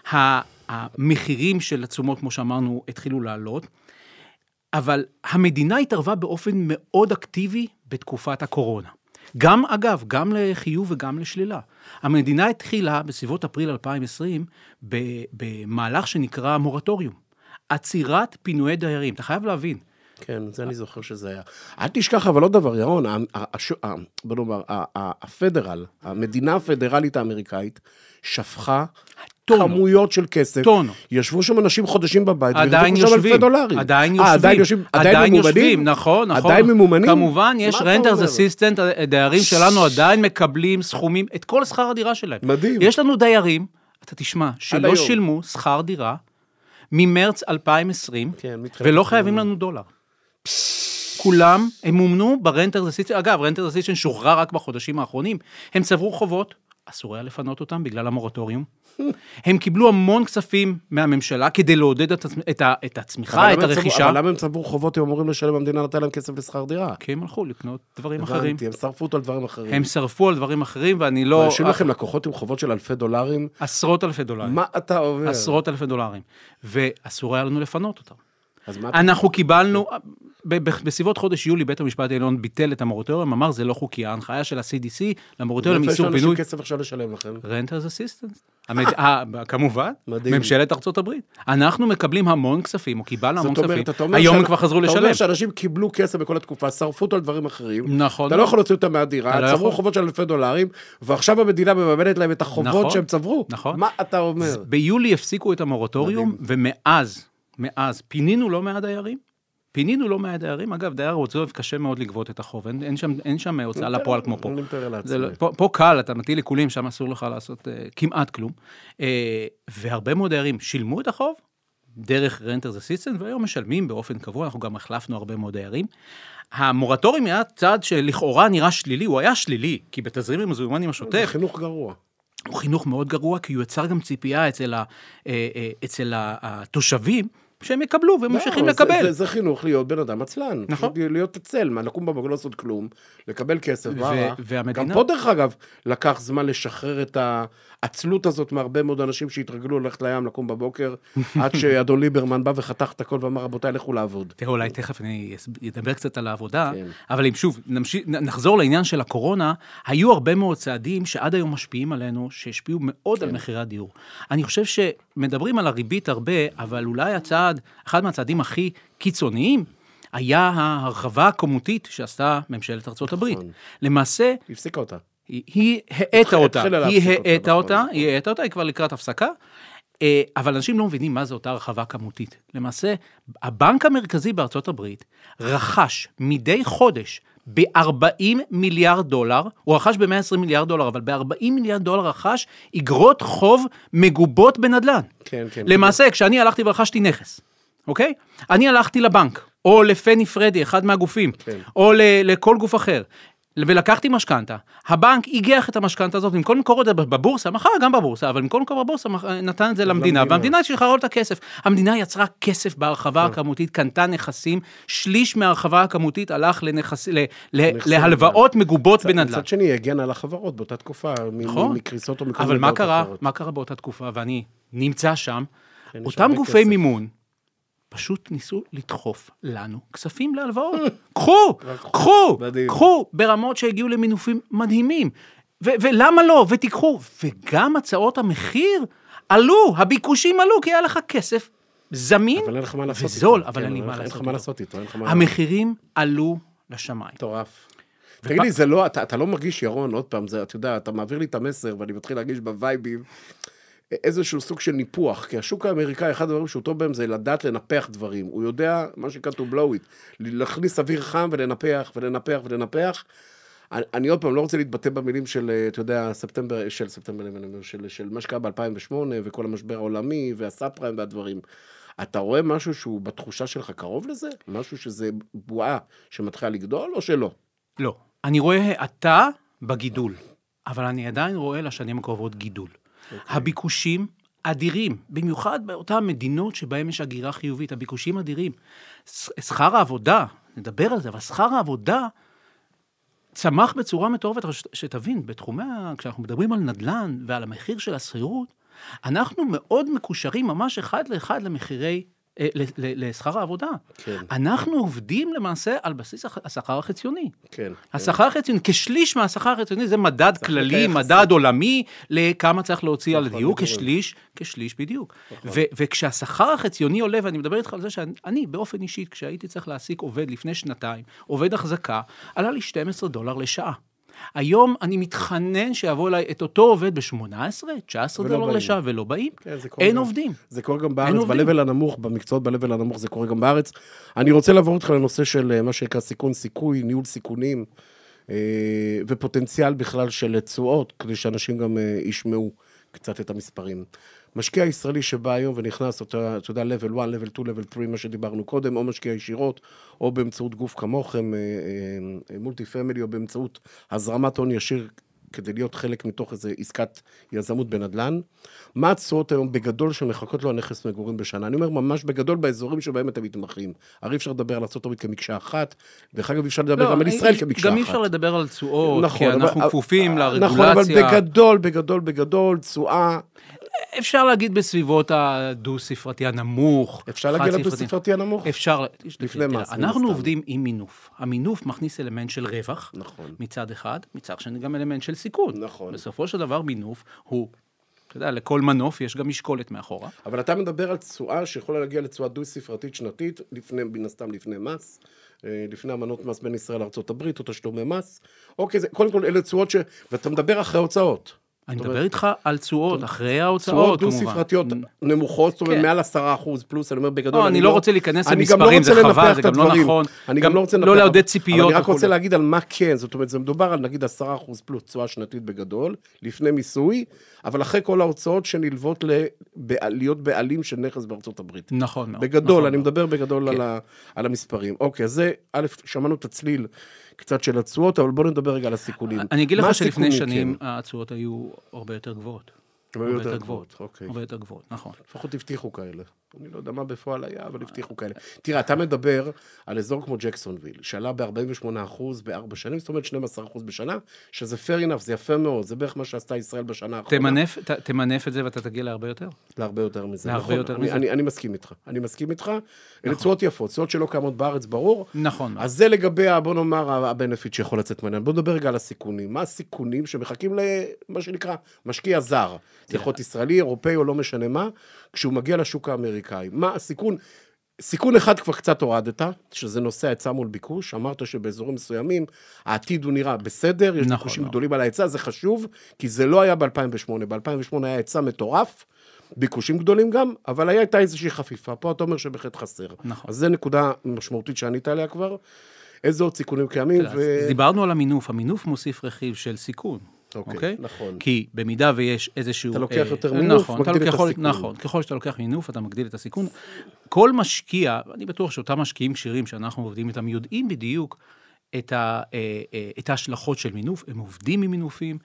המחירים של התשומות, כמו שאמרנו, התחילו לעלות, אבל המדינה התערבה באופן מאוד אקטיבי בתקופת הקורונה. גם, אגב, גם לחיוב וגם לשלילה. המדינה התחילה בסביבות אפריל 2020 במהלך שנקרא מורטוריום. עצירת פינויי דיירים. אתה חייב להבין. כן, זה אני זוכר שזה היה. אל תשכח, אבל לא דבר, ירון, בוא נאמר, הפדרל, המדינה הפדרלית האמריקאית, שפכה כמויות של כסף. ישבו שם אנשים חודשים בבית, עדיין יושבים. עדיין יושבים, נכון. עדיין ממומנים. כמובן, יש רנטרס אסיסטנט, דיירים שלנו עדיין מקבלים סכומים, את כל שכר הדירה שלהם. מדהים. יש לנו דיירים, אתה תשמע, שלא שילמו שכר דירה, ממרץ 2020, ולא חייבים לנו דולר. כולם, הם מומנו ברנטרס אסיסטנט, אגב, רנטרס אסיסטנט שוחרר רק בחודשים האחרונים, הם צברו חובות, אסור היה לפנות אותם בגלל המורטוריום. הם קיבלו המון כספים מהממשלה כדי לעודד את הצמיחה, את הרכישה. אבל למה הם צברו חובות, הם אמורים לשלם, המדינה נתן להם כסף לשכר דירה? כי הם הלכו לקנות דברים אחרים. הם שרפו אותו על דברים אחרים. הם שרפו על דברים אחרים, ואני לא... אנשים לכם לקוחות עם חובות של $1,000? עשרות אלפי דולרים. מה אתה אומר? עשרות אלפי דולרים. ואסור היה לנו לפנות אותם. אנחנו קיבלנו, בסביבות חודש יולי, בית המשפט העליון ביטל את המורטוריום, אמר, זה לא חוקי, ההנחיה של ה-CDC, למורטוריום איסור פינוי. אנשים כסף עכשיו לשלם לכם. רנטרס אסיסטנס. כמובן, ממשלת ארצות הברית. אנחנו מקבלים המון כספים, או קיבלנו המון כספים, היום הם כבר חזרו לשלם. אתה אומר שאנשים קיבלו כסף בכל התקופה, שרפו אותו על דברים אחרים, נכון. אתה לא יכול להוציא אותם מהדירה, צברו חובות של $1,000, ועכשיו המדינה מממנת להם את החובות שהם צברו. מה אתה אומר? ביולי הפסיקו את המורטוריום, ומאז פינינו לא מעט דיירים, אגב, דייר רוצה קשה מאוד לגבות את החוב, אין שם הוצאה לפועל כמו פה. פה קל, אתה מטיל עיקולים, שם אסור לך לעשות כמעט כלום, והרבה מאוד דיירים שילמו את החוב, דרך רנטרס אסיסטנט, והיום משלמים באופן קבוע, אנחנו גם החלפנו הרבה מאוד דיירים. המורטוריום היה צעד שלכאורה נראה שלילי, הוא היה שלילי, כי בתזרים המזומנים השוטף, זה חינוך גרוע. הוא חינוך מאוד גרוע, כי הוא יצר גם ציפייה אצל התושבים, שהם יקבלו, והם ממשיכים לקבל. זה חינוך להיות בן אדם עצלן. נכון. להיות עצל, מה, לקום בבוקר לא לעשות כלום, לקבל כסף, גם פה דרך אגב, לקח זמן לשחרר את העצלות הזאת מהרבה מאוד אנשים שהתרגלו ללכת לים, לקום בבוקר, עד שאדון ליברמן בא וחתך את הכל ואמר, רבותיי, לכו לעבוד. תראה, אולי תכף אני אדבר קצת על העבודה, אבל אם שוב, נחזור לעניין של הקורונה, היו הרבה מאוד צעדים שעד היום משפיעים עלינו, שהשפיעו מאוד על מחירי הדיור. אני חושב שמדברים על הריבית הרבה, אבל אולי אחד מהצעדים הכי קיצוניים, היה ההרחבה הכמותית שעשתה ממשלת ארצות הברית. למעשה, הפסיקה אותה. היא האטה אותה, היא כבר לקראת הפסקה, אבל אנשים לא מבינים מה זה אותה הרחבה כמותית. למעשה, הבנק המרכזי בארצות הברית רכש מדי חודש ב-40 מיליארד דולר, הוא רכש ב-120 מיליארד דולר, אבל ב-40 מיליארד דולר רכש אגרות חוב מגובות בנדל"ן. כן, כן. למעשה, כשאני הלכתי ורכשתי נכס, אוקיי? אני הלכתי לבנק, או לפני פרדי, אחד מהגופים, או לכל גוף אחר, ולקחתי משכנתה. הבנק איגח את המשכנתה הזאת, במקום למכור את זה בבורסה, מחר גם בבורסה, אבל במקום למכור בבורסה, נתן את זה למדינה, והמדינה שחררה את הכסף. המדינה יצרה כסף בהרחבה הכמותית, קנתה נכסים, שליש מההרחבה הכמותית הלך להלוואות מגובות בנדל"ן. מצד שני, הגן על החברות באותה תקופה, מקריסות או מכל אבל מה קרה באותה תקופה, ואני נמצא שם, אותם גופי מימון, פשוט ניסו לדחוף לנו כספים להלוואות. קחו, ברמות שהגיעו למינופים מדהימים. ולמה לא? ותיקחו. וגם הצעות המחיר עלו, הביקושים עלו, כי היה לך כסף זמין וזול, אבל אין לי מה לעשות איתו. המחירים עלו לשמיים. מטורף. תגיד לי, זה לא, אתה לא מרגיש, ירון, עוד פעם, אתה יודע, אתה מעביר לי את המסר, ואני מתחיל להרגיש בווייבים, איזשהו סוג של ניפוח, כי השוק האמריקאי, אחד הדברים שהוא טוב בהם זה לדעת לנפח דברים, הוא יודע מה שקרא to blow it, להכניס אוויר חם ולנפח ולנפח ולנפח, אני עוד פעם לא רוצה להתבטא במילים של, אתה יודע, ספטמבר, של מה שקרה ב-2008 וכל המשבר העולמי והסאפריים והדברים, אתה רואה משהו שהוא בתחושה שלך קרוב לזה? משהו שזה בועה שמתחילה לגדול או שלא? לא, אני רואה האטה בגידול, אבל אני עדיין רואה לשנים הקרובות גידול. הביקושים אדירים, במיוחד באותן מדינות שבהן יש הגירה חיובית, הביקושים אדירים. שכר העבודה, נדבר על זה, אבל שכר העבודה צמח בצורה מטורפת, שתבין, כשאנחנו מדברים על נדל"ן ועל המחיר של השכירות, אנחנו מאוד מקושרים ממש אחד לאחד למחירי, לשכר העבודה. כן. אנחנו עובדים למעשה על בסיס השכר החציוני. כן. השכר החציוני, כשליש מהשכר החציוני, זה מדד כללי, מדד עולמי, לכמה צריך להוציא על דיוק, כשליש בדיוק. וכשהשכר החציוני עולה, ואני מדבר איתך על זה שאני באופן אישית, כשהייתי צריך להעסיק עובד לפני שנתיים, עובד החזקה, עלה לי $12 לשעה. היום אני מתחנן שיבוא אליי את אותו עובד ב-$18, $19 לשעה, ולא באים. אין עובדים. זה קורה גם בארץ, בלבל הנמוך, במקצועות בלבל הנמוך, זה קורה גם בארץ. אני רוצה לעבור אותך לנושא של מה שנקרא סיכון סיכוי, ניהול סיכונים, ופוטנציאל בכלל של תשואות, כדי שאנשים גם ישמעו קצת את המספרים. משקיע ישראלי שבא היום ונכנס, אתה יודע, level 1, level 2, level 3, מה שדיברנו קודם, או משקיע ישירות, או באמצעות גוף כמוכם, מולטי פמילי, או באמצעות הזרמת הון ישיר, כדי להיות חלק מתוך איזו עסקת יזמות בנדל"ן. מה התשואות היום בגדול שמחכות לו הנכס מגורים בשנה? אני אומר ממש בגדול באזורים שבהם אתם מתמחים. הרי אפשר לדבר על ארצות הברית כמקשה אחת, ואחר כך אפשר לדבר גם על ישראל כמקשה אחת. גם אפשר לדבר על תשואות, כי אנחנו כפופים לרגולציה. נכון, אבל בגדול, תשואה... אפשר להגיד בסביבות הדו-ספרתי הנמוך. אפשר להגיד לדו-ספרתי הנמוך? אפשר. לפני מס. אנחנו עובדים עם מינוף. המינוף מכניס אלמנט של רווח, נכון. מצד אחד, מצד שני גם אלמנט של סיכון. נכון. בסופו של דבר מינוף הוא, אתה יודע, לכל מנוף יש גם משקולת מאחורה. אבל אתה מדבר על תשואה שיכולה להגיע לתשואה דו-ספרתית שנתית, בין הסתם לפני מס, לפני אמנות מס בין ישראל לארצות הברית, או תשלומי מס. אוקיי, קודם כל אלה תשואות ואתה מדבר אחרי הוצאות. אני מדבר איתך על תשואות, אחרי ההוצאות, תשואות דו-ספרתיות נמוכות, זאת אומרת, מעל 10% פלוס, אני אומר בגדול, אני לא רוצה להיכנס למספרים, זה חבל, זה גם לא נכון, אני גם לא רוצה לא לעודד ציפיות. אבל אני רק רוצה להגיד על מה כן, זאת אומרת, זה מדובר על נגיד 10% פלוס תשואה שנתית בגדול, לפני מיסוי, אבל אחרי כל ההוצאות שנלוות להיות בעלים של נכס בארצות הברית. נכון מאוד. בגדול, אני מדבר בגדול על המספרים. אוקיי, אז זה, א', שמענו את הצליל קצת של התשואות, אבל בואו נדבר רגע על הסיכונים. אני אגיד לך שלפני שנים התשואות היו הרבה יותר גבוהות. הרבה יותר גבוהות, הרבה יותר גבוהות, נכון. לפחות הבטיחו כאלה. אני לא יודע מה בפועל היה, אבל הבטיחו כאלה. תראה, אתה מדבר על אזור כמו ג'קסונוויל, שעלה ב-48% ב-4 שנים, זאת אומרת 12% בשנה, שזה fair enough, זה יפה מאוד, זה בערך מה שעשתה ישראל בשנה האחרונה. תמנף את זה ואתה תגיע להרבה יותר? להרבה יותר מזה. להרבה יותר מזה. אני מסכים איתך. אלה תשואות יפות, תשואות שלא קיימות בארץ, ברור. נכון. אז זה לגבי, בוא נאמר, הבנפיט שיכול לצאת מעניין. בוא נדבר רגע על הסיכונים. מה הסיכונים שמחכים למה שנקרא משקיע זר? זה יכול להיות ישראלי, אירופאי או לא משנה מה, כשהוא מגיע לשוק האמריקאי. מה הסיכון? סיכון אחד כבר קצת הורדת, שזה נושא ההיצע מול ביקוש, אמרת שבאזורים מסוימים, העתיד הוא נראה בסדר, יש ביקושים גדולים על ההיצע, זה חשוב, כי זה לא היה ב-2008, ב-2008 היה היצע מטורף, ביקושים גדולים גם, אבל הייתה איזושהי חפיפה, פה אתה אומר שבחט חסר. נכון. אז זו נקודה משמעותית שענית עליה כבר, איזה עוד סיכונים קיימים, דיברנו על המינוף, המינוף מוסיף רכיב של סיכון. אוקיי, נכון. כי במידה ויש איזשהו... אתה לוקח יותר מינוף, מגדיל את הסיכון. נכון, ככל שאתה לוקח מינוף, אתה מגדיל את הסיכון. כל משקיע, אני בטוח שאותם משקיעים כשירים שאנחנו עובדים איתם, יודעים בדיוק את ההשלכות של מינוף, הם עובדים עם מינופים,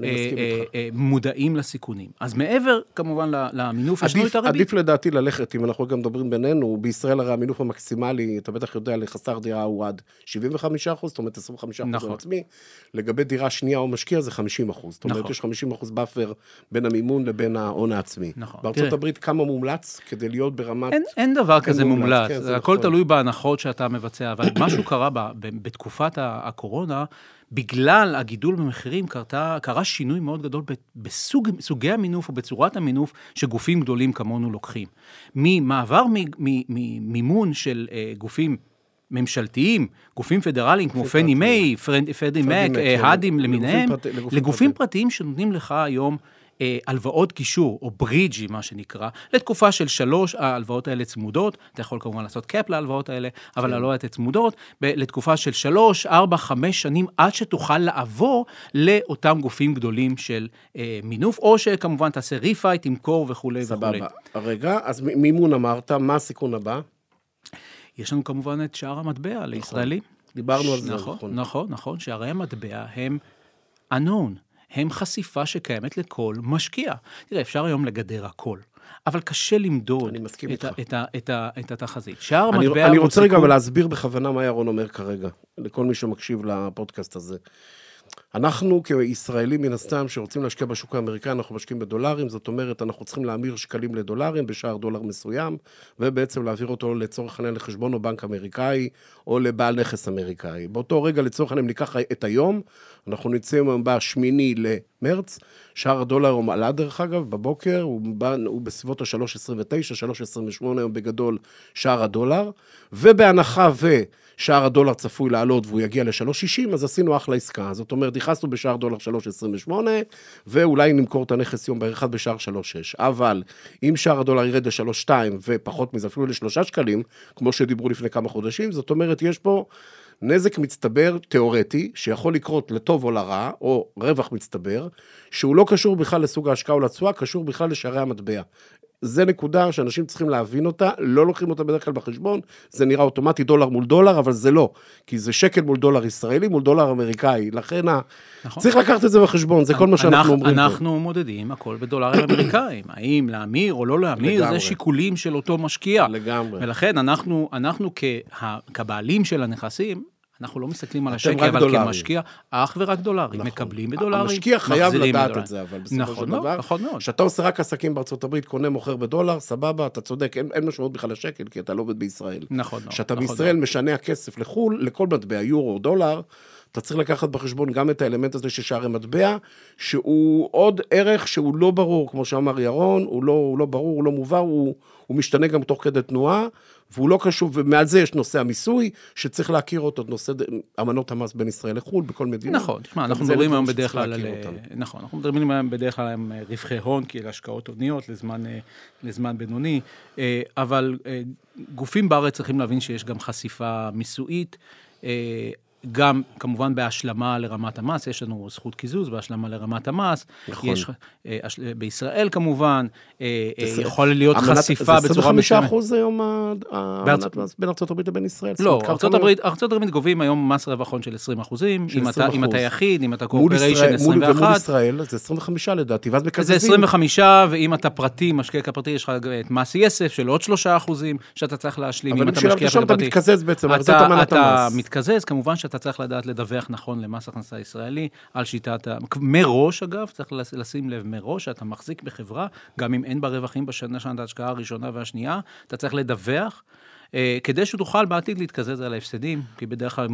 מודעים לסיכונים. אז מעבר, כמובן, למינוף, ישנו את הריבית. עדיף לדעתי ללכת, אם אנחנו גם מדברים בינינו, בישראל הרי המינוף המקסימלי, אתה בטח יודע, לחסר דירה הוא עד 75%, זאת אומרת 25% מעצמי, לגבי דירה שנייה או משקיע זה 50%, זאת אומרת יש 50% באפר בין המימון לבין ההון העצמי. בארצות הברית כמה מומלץ כדי להיות ברמת... אין דבר כזה מומלץ, הכל תלוי בהנחות שאתה מבצע, אבל משהו קרה בתקופת הקורונה, בגלל הגידול במחירים קרה שינוי מאוד גדול בסוגי המינוף או בצורת המינוף שגופים גדולים כמונו לוקחים. ממעבר ממימון של גופים ממשלתיים, גופים פדרליים כמו פני מיי, פרדי מק, הדים למיניהם, לגופים פרטיים שנותנים לך היום הלוואות גישור, או בריג'י, מה שנקרא, לתקופה של 3, ההלוואות האלה צמודות, אתה יכול כמובן לעשות קאפ להלוואות האלה, אבל ההלוואות צמודות, לתקופה של 3, 4, 5 שנים, עד שתוכל לעבור לאותם גופים גדולים של מינוף, או שכמובן תעשה ריפייט, תמכור וכו'. סבבה. רגע, אז מימון אמרת, מה הסיכון הבא? יש לנו כמובן את שער המטבע לישראלים. דיברנו על זה. נכון, שערי המטבע הם unknown. הם חשיפה שקיימת לכל משקיע. תראה, אפשר היום לגדר הכל, אבל קשה למדוד את התחזית. אני רוצה רגע להסביר בכוונה מה ירון אומר כרגע, לכל מי שמקשיב לפודקאסט הזה. אנחנו כישראלים מן הסתם שרוצים להשקיע בשוק האמריקאי, אנחנו משקיעים בדולרים, זאת אומרת, אנחנו צריכים להמיר שקלים לדולרים בשער דולר מסוים, ובעצם להעביר אותו לצורך העניין לחשבון או בנק אמריקאי, או לבעל נכס אמריקאי. באותו רגע, לצורך העניין, ניקח את היום, אנחנו נצאים ב8 למרץ, שער הדולר הוא מעלה דרך אגב, בבוקר, הוא בסביבות ה-3.29, 3.28 היום בגדול שער הדולר, ובהנחה שער הדולר צפוי לעלות והוא יגיע ל-3.60, אז עשינו אחלה עסקה. זאת אומרת, נכנסנו בשער דולר 3.28, ואולי נמכור את הנכס יום בערך אחד בשער 3.6. אבל אם שער הדולר ירד ל-3.2 ופחות מזה, אפילו ל3 שקלים, כמו שדיברו לפני כמה חודשים, זאת אומרת, יש פה נזק מצטבר תיאורטי, שיכול לקרות לטוב או לרע, או רווח מצטבר, שהוא לא קשור בכלל לסוג ההשקעה או לצועה, קשור בכלל לשערי המטבע. זה נקודה שאנשים צריכים להבין אותה, לא לוקחים אותה בדרך כלל בחשבון, זה נראה אוטומטי דולר מול דולר, אבל זה לא, כי זה שקל מול דולר ישראלי, מול דולר אמריקאי, לכן צריך לקחת את זה בחשבון, זה כל מה שאנחנו אומרים פה. אנחנו מודדים הכל בדולרים אמריקאים, האם להמיר או לא להמיר, זה שיקולים של אותו משקיע. לגמרי. ולכן אנחנו כבעלים של הנכסים, אנחנו לא מסתכלים על השקל, אבל כמשקיע, אך ורק דולרים, מקבלים בדולרים, המשקיע חייב לדעת את זה, אבל בסופו של דבר, נכון מאוד. שאתה עושה רק עסקים בארצות הברית, קונה מוכר בדולר, סבבה, אתה צודק, אין משמעות בכלל לשקל, כי אתה לא עובד בישראל. נכון מאוד. שאתה בישראל משנה הכסף לחול, לכל מטבע, יורו או דולר, אתה צריך לקחת בחשבון גם את האלמנט הזה של שערי מטבע, שהוא עוד ערך שהוא לא ברור, כמו שאמר ירון, הוא לא ברור, הוא לא מובן, הוא משתנה גם תוך כדי תנועה, והוא לא קשור, ומעל זה יש נושא המיסוי, שצריך להכיר אותו, נושא אמנות המס בין ישראל לחו"ל, בכל מדינה. נכון, תשמע, אנחנו מדברים היום בדרך כלל נכון, אנחנו מדברים היום בדרך כלל עם רווחי הון, כי אלה השקעות הוניות לזמן בינוני, אבל גופים בארץ צריכים להבין שיש גם חשיפה מיסויית, גם כמובן בהשלמה לרמת המס, יש לנו זכות קיזוז בהשלמה לרמת המס, נכון. יש בישראל כמובן, יכול להיות חשיפה בצורה מסוימת. זה 25% היום בין ארצות הברית לבין ישראל? לא, ארצות הברית גובים היום מס רווחון של 20%, אם אתה יחיד, אם אתה קורפריישן 21%. מול ישראל זה 25 לדעתי, ואז מקזזים. זה 25, ואם אתה פרטי, משקיע כפרטי, יש לך את מס יסף של עוד 3% שאתה צריך להשלים. אבל כשאתה אתה מתקזז בעצם, אתה מתקזז, כמובן שאתה צריך לדעת לדווח נכון למס הכנסה ישראלי, על שיטת, מראש אגב, צריך לשים לב מראש, שאתה מחזיק בחברה, גם אם אין בה רווחים בשנת ההשקעה הראשונה והשנייה, אתה צריך לדווח, כדי שתוכל בעתיד להתקזז על ההפסדים, כי בדרך כלל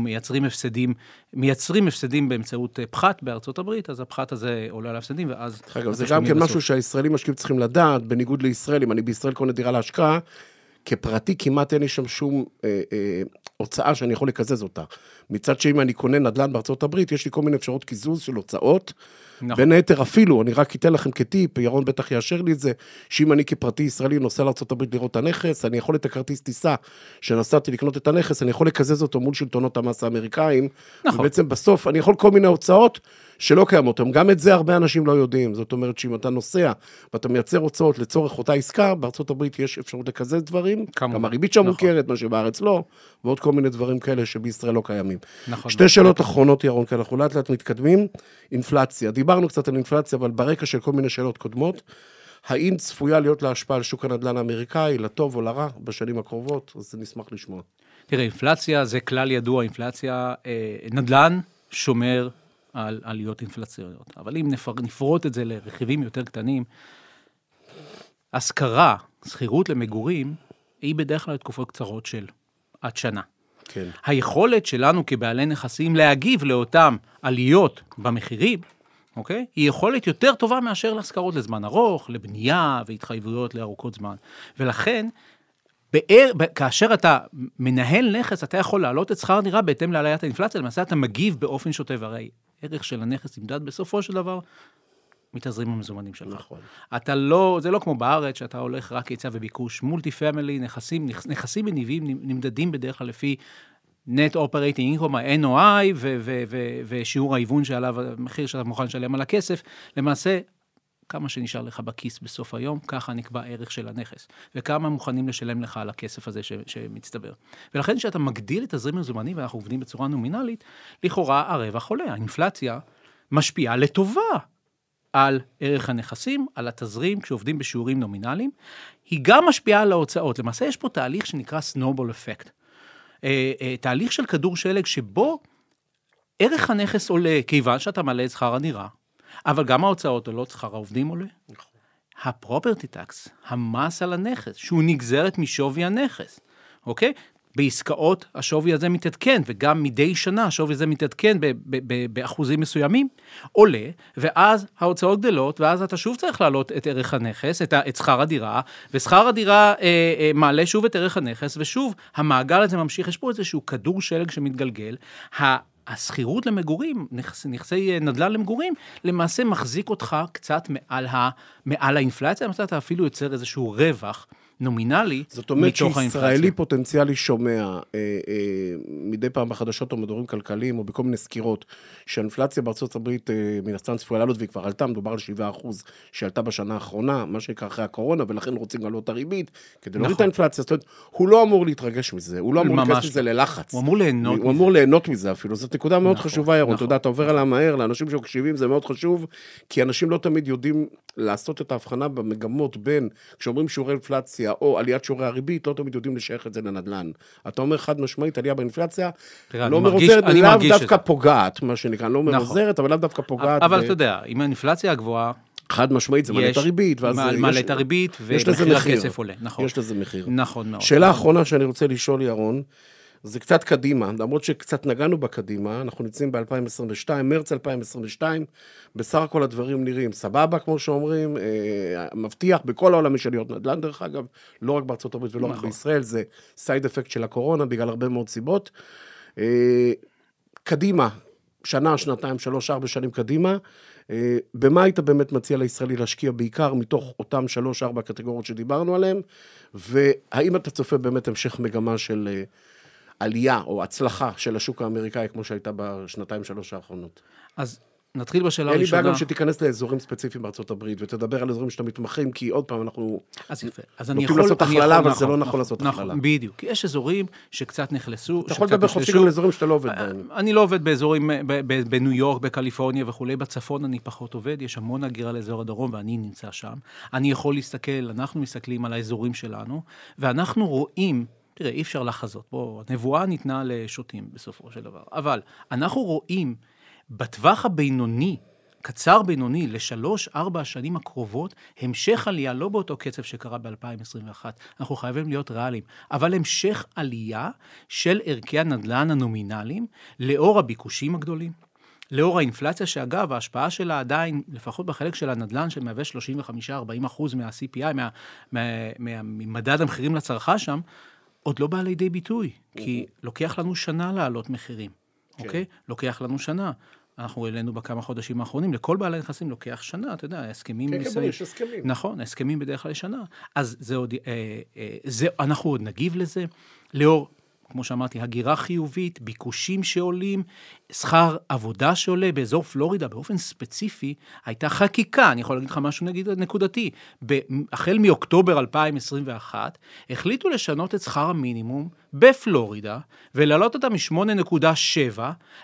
מייצרים הפסדים באמצעות פחת בארצות הברית, אז הפחת הזה עולה על ההפסדים, ואז... זה גם כן משהו שהישראלים משקיעים צריכים לדעת, בניגוד לישראל, אם אני בישראל קונה דירה להשקעה, כפרטי כמעט אין לי שם שום הוצאה שאני יכול לקזז אותה. מצד שאם אני קונה נדל"ן בארצות הברית, יש לי כל מיני אפשרות קיזוז של הוצאות, בין היתר אפילו, אני רק אתן לכם כטיפ, ירון בטח יאשר לי את זה, שאם אני כפרטי ישראלי נוסע לארצות הברית לראות את הנכס, אני יכול את הכרטיס טיסה שנסעתי לקנות את הנכס, אני יכול לקזז אותו מול שלטונות המס האמריקאים, ובעצם בסוף אני יכול כל מיני הוצאות שלא קיימות, גם את זה הרבה אנשים לא יודעים, זאת אומרת שאם אתה נוסע ואתה מייצר הוצאות לצורך אותה עסקה, בארצות הברית יש אפשרות לקזז דברים, גם הריבית שם מוכרת, מה שבארץ לא, ועוד כל מיני דברים כאלה שבישראל לא קיימים. שתי שאלות אחרונות, ירון, כי אנחנו לאט לאט מתקדמים, אינפלציה. דיברנו קצת על אינפלציה, אבל ברקע של כל מיני שאלות קודמות, האם צפויה להיות לה השפעה על שוק הנדל"ן האמריקאי, לטוב או לרע, בשנים הקרובות? אז נשמח לשמוע. תראה, אינפלציה זה כלל ידוע, אינפלציה, נדל"ן שומר על עליות אינפלציוניות. אבל אם נפרוט את זה לרכיבים יותר קטנים, השכרה, שכירות למגורים, היא בדרך כלל תקופות קצרות של עד שנה. כן. היכולת שלנו כבעלי נכסים להגיב לאותם עליות במחירים, אוקיי? היא יכולת יותר טובה מאשר להשכרות לזמן ארוך, לבנייה והתחייבויות לארוכות זמן. ולכן, כאשר אתה מנהל נכס, אתה יכול להעלות את שכר דירה בהתאם לעליית האינפלציה, למעשה אתה מגיב באופן שוטף, הרי ערך של הנכס נמדד בסופו של דבר, מתזרים המזומנים שלך. נכון. אתה לא, זה לא כמו בארץ, שאתה הולך רק היצע וביקוש, מולטי פמילי, נכסים מניבים נמדדים בדרך כלל לפי net operating income, ה-NOI, ושיעור ההיוון שעליו, המחיר שאתה מוכן לשלם על הכסף, למעשה, כמה שנשאר לך בכיס בסוף היום, ככה נקבע הערך של הנכס, וכמה מוכנים לשלם לך על הכסף הזה שמצטבר. ולכן שאתה מגדיל את תזרים המזומנים, ואנחנו עובדים בצורה נומינלית, לכאורה הרווח עולה, האינפלציה משפיעה לטובה על ערך הנכסים, על התזרים, כשעובדים בשיעורים נומינליים, היא גם משפיעה על ההוצאות. למעשה יש פה תהליך שנקרא snowball effect. תהליך של כדור שלג שבו ערך הנכס עולה, כיוון שאתה מעלה את שכר הדירה, אבל גם ההוצאות עולות, שכר העובדים עולה. הפרופרטי טקס, המס על הנכס, שהוא נגזרת משווי הנכס, אוקיי? בעסקאות השווי הזה מתעדכן, וגם מדי שנה השווי הזה מתעדכן באחוזים מסוימים, עולה, ואז ההוצאות גדלות, ואז אתה שוב צריך להעלות את ערך הנכס, את שכר הדירה, ושכר הדירה מעלה שוב את ערך הנכס, ושוב המעגל הזה ממשיך, יש פה איזשהו כדור שלג שמתגלגל, הסחירות למגורים, נכסי נדל"ן למגורים, למעשה מחזיק אותך קצת מעל האינפלציה, למעשה אתה אפילו יוצר איזשהו רווח נומינלי. זאת אומרת שישראלי פוטנציאלי שומע מדי פעם בחדשות או מדורים כלכליים או בכל מיני סקירות שהאינפלציה בארצות הברית מן הסתם צפויה לעלות והיא כבר עלתה, מדובר על 7% שעלתה בשנה האחרונה, מה שנקרא אחרי הקורונה, ולכן רוצים לעלות את הריבית כדי להוריד את האינפלציה. זאת אומרת, הוא לא אמור להתרגש מזה, הוא לא אמור להיכנס מזה ללחץ. הוא אמור ליהנות מזה. הוא אמור ליהנות מזה אפילו. זאת נקודה מאוד חשובה, ירון. אתה יודע, אתה עובר עליה מהר, לאנשים שמקשיבים זה מאוד חשוב, כי אנשים לא תמיד יודעים לעשות את ההבחנה במגמות בין, כשאומרים שיעורי אינפלציה או עליית שיעורי הריבית, לא תמיד יודעים לשייך את זה לנדל"ן. אתה אומר חד משמעית, עלייה באינפלציה, לא מרוזרת, לאו דווקא פוגעת, מה שנקרא, לא מרוזרת, אבל לאו דווקא פוגעת. אבל אתה יודע, עם האינפלציה הגבוהה, חד משמעית, זה מעלה את הריבית, מעלה את הריבית, ומחיר הכסף עולה. יש לזה מחיר. נכון מאוד. שאלה האחרונה שאני רוצה לשאול, ירון, זה קצת קדימה, למרות שקצת נגענו בקדימה, אנחנו נמצאים ב-2022, מרץ 2022, בסך הכל הדברים נראים סבבה, כמו שאומרים, מבטיח בכל העולם יש עליות נדל"ן, דרך אגב, לא רק בארצות הברית ולא רק בישראל, זה סייד אפקט של הקורונה, בגלל הרבה מאוד סיבות. קדימה, שנה, שנתיים, 3-4 שנים קדימה, במה היית באמת מציע לישראלי להשקיע בעיקר מתוך אותם 3-4 קטגוריות שדיברנו עליהן, והאם אתה צופה באמת המשך מגמה של עלייה או הצלחה של השוק האמריקאי, כמו שהייתה בשנתיים-3 האחרונות? אז נתחיל בשאלה הראשונה. אין לי בעיה גם שתיכנס לאזורים ספציפיים בארצות הברית, ותדבר על אזורים שאתה מתמחים, כי עוד פעם אנחנו נוטים לעשות הכללה, אבל זה לא נכון לעשות הכללה. בדיוק, כי יש אזורים שקצת נחלסו. אתה יכול לדבר חופשי גם לאזורים שאתה לא עובד בהם. אני לא עובד באזורים, בניו יורק, בקליפורניה וכולי, בצפון אני פחות עובד, יש המון הגירה לאזור הדרום, ואני נמצא שם. אני יכול להסתכל, אנחנו מסתכלים על האזורים שלנו, ואנחנו רואים, תראה, אי אפשר לחזות, בוא, הנבואה ניתנה לשוטים בסופו של דבר, אבל אנחנו רואים בטווח הבינוני, קצר בינוני, ל3-4 השנים הקרובות, המשך עלייה, לא באותו קצב שקרה ב-2021, אנחנו חייבים להיות ריאליים, אבל המשך עלייה של ערכי הנדל"ן הנומינליים, לאור הביקושים הגדולים, לאור האינפלציה שאגב, ההשפעה שלה עדיין, לפחות בחלק של הנדל"ן, שמהווה 35-40% מה-CPI, ממדד המחירים לצרכן שם, עוד לא בא לידי ביטוי, כי לוקח לנו שנה לעלות מחירים, אוקיי? לוקח לנו שנה. אנחנו העלינו בכמה חודשים האחרונים, לכל בעלי נכסים לוקח שנה, אתה יודע, הסכמים... כן, יש הסכמים. נכון, הסכמים בדרך כלל לשנה. אז אנחנו עוד נגיב לזה, לאור, כמו שאמרתי, הגירה חיובית, ביקושים שעולים, שכר עבודה שעולה באזור פלורידה, באופן ספציפי, הייתה חקיקה, אני יכול להגיד לך משהו נקודתי, החל מאוקטובר 2021, החליטו לשנות את שכר המינימום בפלורידה, ולהעלות אותה מ-8.7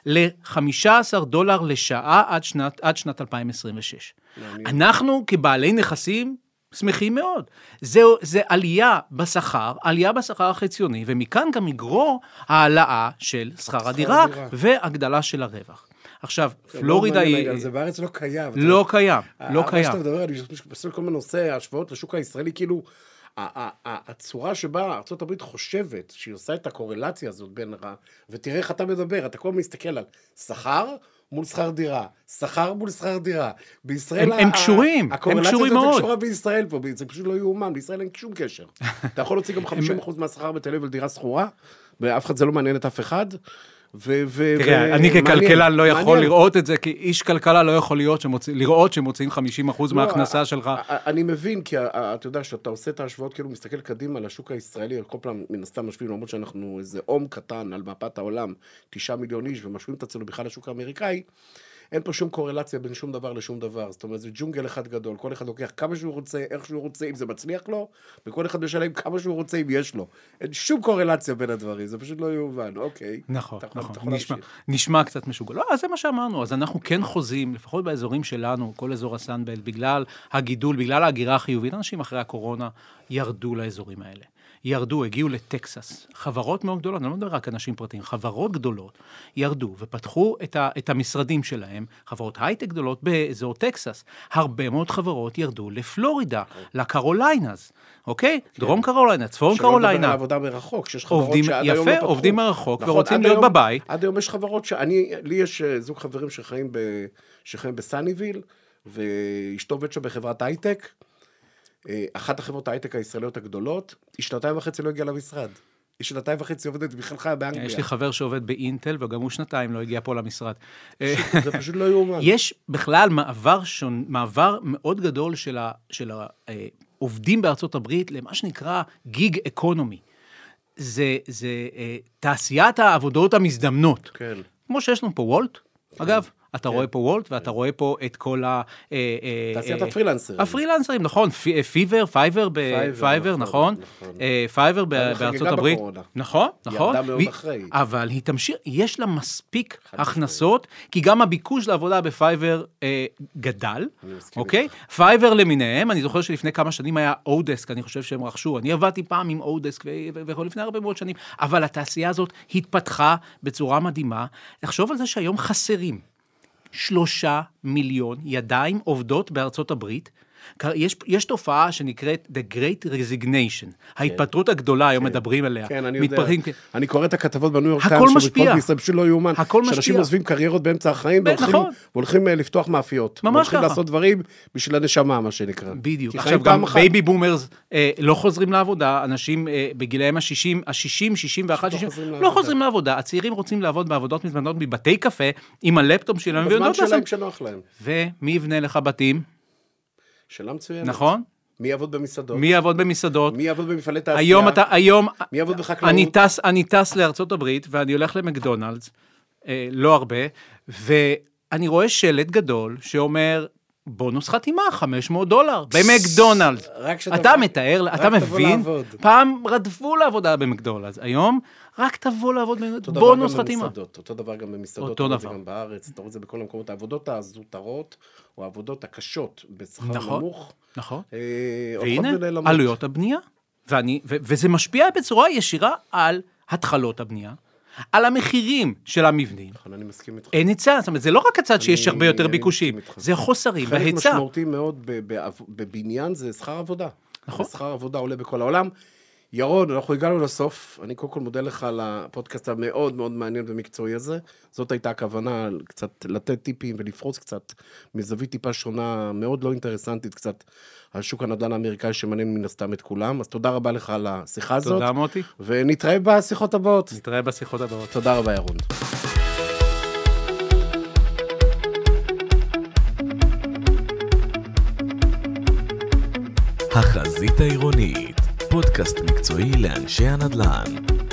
ל$15 לשעה עד שנת 2026. אנחנו כבעלי נכסים, שמחים מאוד. זה עלייה בשכר החציוני, ומכאן גם יגרור העלאה של שכר הדירה, והגדלה של הרווח. עכשיו, פלורידה היא... זה בארץ לא קיים. לא קיים, לא קיים. שאתה מדבר, אני חושב כל מיני נושא, ההשוואות לשוק הישראלי, כאילו, הצורה שבה ארצות הברית חושבת, שהיא עושה את הקורלציה הזאת בין ותראה איך אתה מדבר, אתה כל הזמן מסתכל על שכר, מול שכר דירה, שכר מול שכר דירה. בישראל... הם קשורים, הם קשורים מאוד. הקורלציה הזאת קשורה בישראל פה, זה פשוט לא יאומן, בישראל אין שום קשר. אתה יכול להוציא גם 50% מהשכר בתל אביב על דירה סחורה, ואף אחד זה לא מעניין את אף אחד, תראה, אני ככלכלן לא יכול לראות את זה, כי איש כלכלה לא יכול לראות שמוצאים 50% מההכנסה שלך. אני מבין, כי אתה יודע שאתה עושה את ההשוואות, כאילו מסתכל קדימה לשוק הישראלי, כל פעם מן הסתם משווים, למרות שאנחנו איזה עום קטן על מפת העולם, 9 מיליון איש, ומשווים את עצמנו בכלל לשוק האמריקאי, אין פה שום קורלציה בין שום דבר לשום דבר. זאת אומרת, זה ג'ונגל אחד גדול, כל אחד לוקח כמה שהוא רוצה, איך שהוא רוצה, אם זה מצליח לו, וכל אחד משלם כמה שהוא רוצה, אם יש לו. אין שום קורלציה בין הדברים, זה פשוט לא יאומן, אוקיי. נכון, נשמע קצת משוגע. לא, אז זה מה שאמרנו, אז אנחנו כן חוזים, לפחות באזורים שלנו, כל אזור הסנבלט, בגלל הגידול, בגלל ההגירה החיובית, אנשים אחרי הקורונה ירדו לאזורים האלה. ירדו, הגיעו לטקסס, חברות מאוד גדולות, אני לא מדבר רק אנשים פרטיים, חברות גדולות ירדו ופתחו את המשרדים שלהם, חברות הייטק גדולות באזור טקסס, הרבה מאוד חברות ירדו לפלורידה, לקרוליינס, אוקיי? דרום קרוליינה, צפון קרוליינה. שלא מדבר על עבודה מרחוק, שיש חברות שעד היום לא פתחו. עובדים מרחוק ורוצים להיות בבית. עד היום יש חברות לי יש זוג חברים שחיים בסניביל, ואשתו עובדת שם בחברת הייטק, אחת החברות ההייטק הישראליות הגדולות, היא 2.5 לא הגיעה למשרד. היא 2.5 עובדת בכלל חיה באנגליה. יש לי חבר שעובד באינטל, וגם הוא 2 לא הגיע פה למשרד. זה פשוט לא יאומן. יש בכלל מעבר מאוד גדול של העובדים בארצות הברית, למה שנקרא גיג אקונומי. זה תעשיית העבודות המזדמנות. כן. כמו שיש לנו פה וולט, אגב. אתה רואה פה וולט, ואתה רואה פה את כל תעשיית הפרילנסרים. הפרילנסרים, נכון, פייבר, נכון, פייבר בארצות הברית. נכון. ירדה מאוד אחרי. אבל היא תמשיך, יש לה מספיק הכנסות, כי גם הביקוש לעבודה בפייבר גדל, אוקיי? פייבר למיניהם, אני זוכר שלפני כמה שנים היה אודסק, אני חושב שהם רכשו, אני עבדתי פעם עם אודסק, ולפני הרבה מאוד שנים, אבל התעשייה הזאת התפתחה בצורה מדהימה. לחשוב על זה שהיום חסרים 3 מיליון ידיים עובדות בארצות הברית. יש תופעה שנקראת The Great Resignation, ההתפטרות הגדולה, היום מדברים עליה. כן, אני יודע. אני קורא את הכתבות בניו יורק טיימס, הכל משפיע. פשוט לא יאומן. הכל משפיע. שאנשים עוזבים קריירות באמצע החיים, והולכים לפתוח מאפיות. ממש ככה. והולכים לעשות דברים בשביל הנשמה, מה שנקרא. בדיוק. עכשיו גם בייבי בומרס לא חוזרים לעבודה, אנשים בגילאים ה-60, 61, 60, לא חוזרים לעבודה. הצעירים רוצים לעבוד בעבודות מזמנות בבתי קפה, עם הלפטופ שלהם, בזמן שלהם כשנוח להם. ומי יבנה לך בתים? שאלה מצוינת. נכון? מי יעבוד במסעדות? מי יעבוד במסעדות? מי יעבוד במפעלי תעשייה? מי יעבוד בחקלאות? אני טס לארצות הברית, ואני הולך למקדונלדס, לא הרבה, ואני רואה שלט גדול שאומר, בונוס חתימה, $500, במקדונלדס. אתה מתאר, אתה מבין? פעם רדפו לעבודה במקדונלדס, היום רק תבוא לעבוד בונוס חתימה. אותו דבר גם במסעדות, אותו דבר גם בארץ, אתה רואה את זה בכל המקומות, העבודות הזוטרות, או העבודות הקשות בשכר נמוך. נכון, והנה עלויות הבנייה, וזה משפיע בצורה ישירה על התחלות הבנייה, על המחירים של המבנים. נכון, אני מסכים איתך. אין היצע, זאת אומרת, זה לא רק הצד שיש הרבה יותר ביקושים, זה חוסרים בהיצע. חלק משמעותי מאוד בבניין זה שכר עבודה. נכון. שכר עבודה עולה בכל העולם. ירון, אנחנו הגענו לסוף. אני קודם כל מודה לך על הפודקאסט המאוד מאוד מעניין ומקצועי הזה. זאת הייתה הכוונה, קצת לתת טיפים ולפרוץ קצת מזווית טיפה שונה, מאוד לא אינטרסנטית קצת, על שוק הנדל"ן האמריקאי שמעניין מן הסתם את כולם. אז תודה רבה לך על השיחה הזאת. תודה מוטי. ונתראה בשיחות הבאות. נתראה בשיחות הבאות. תודה רבה ירון. החזית העירונית, פודקאסט מקצועי לאנשי הנדל"ן.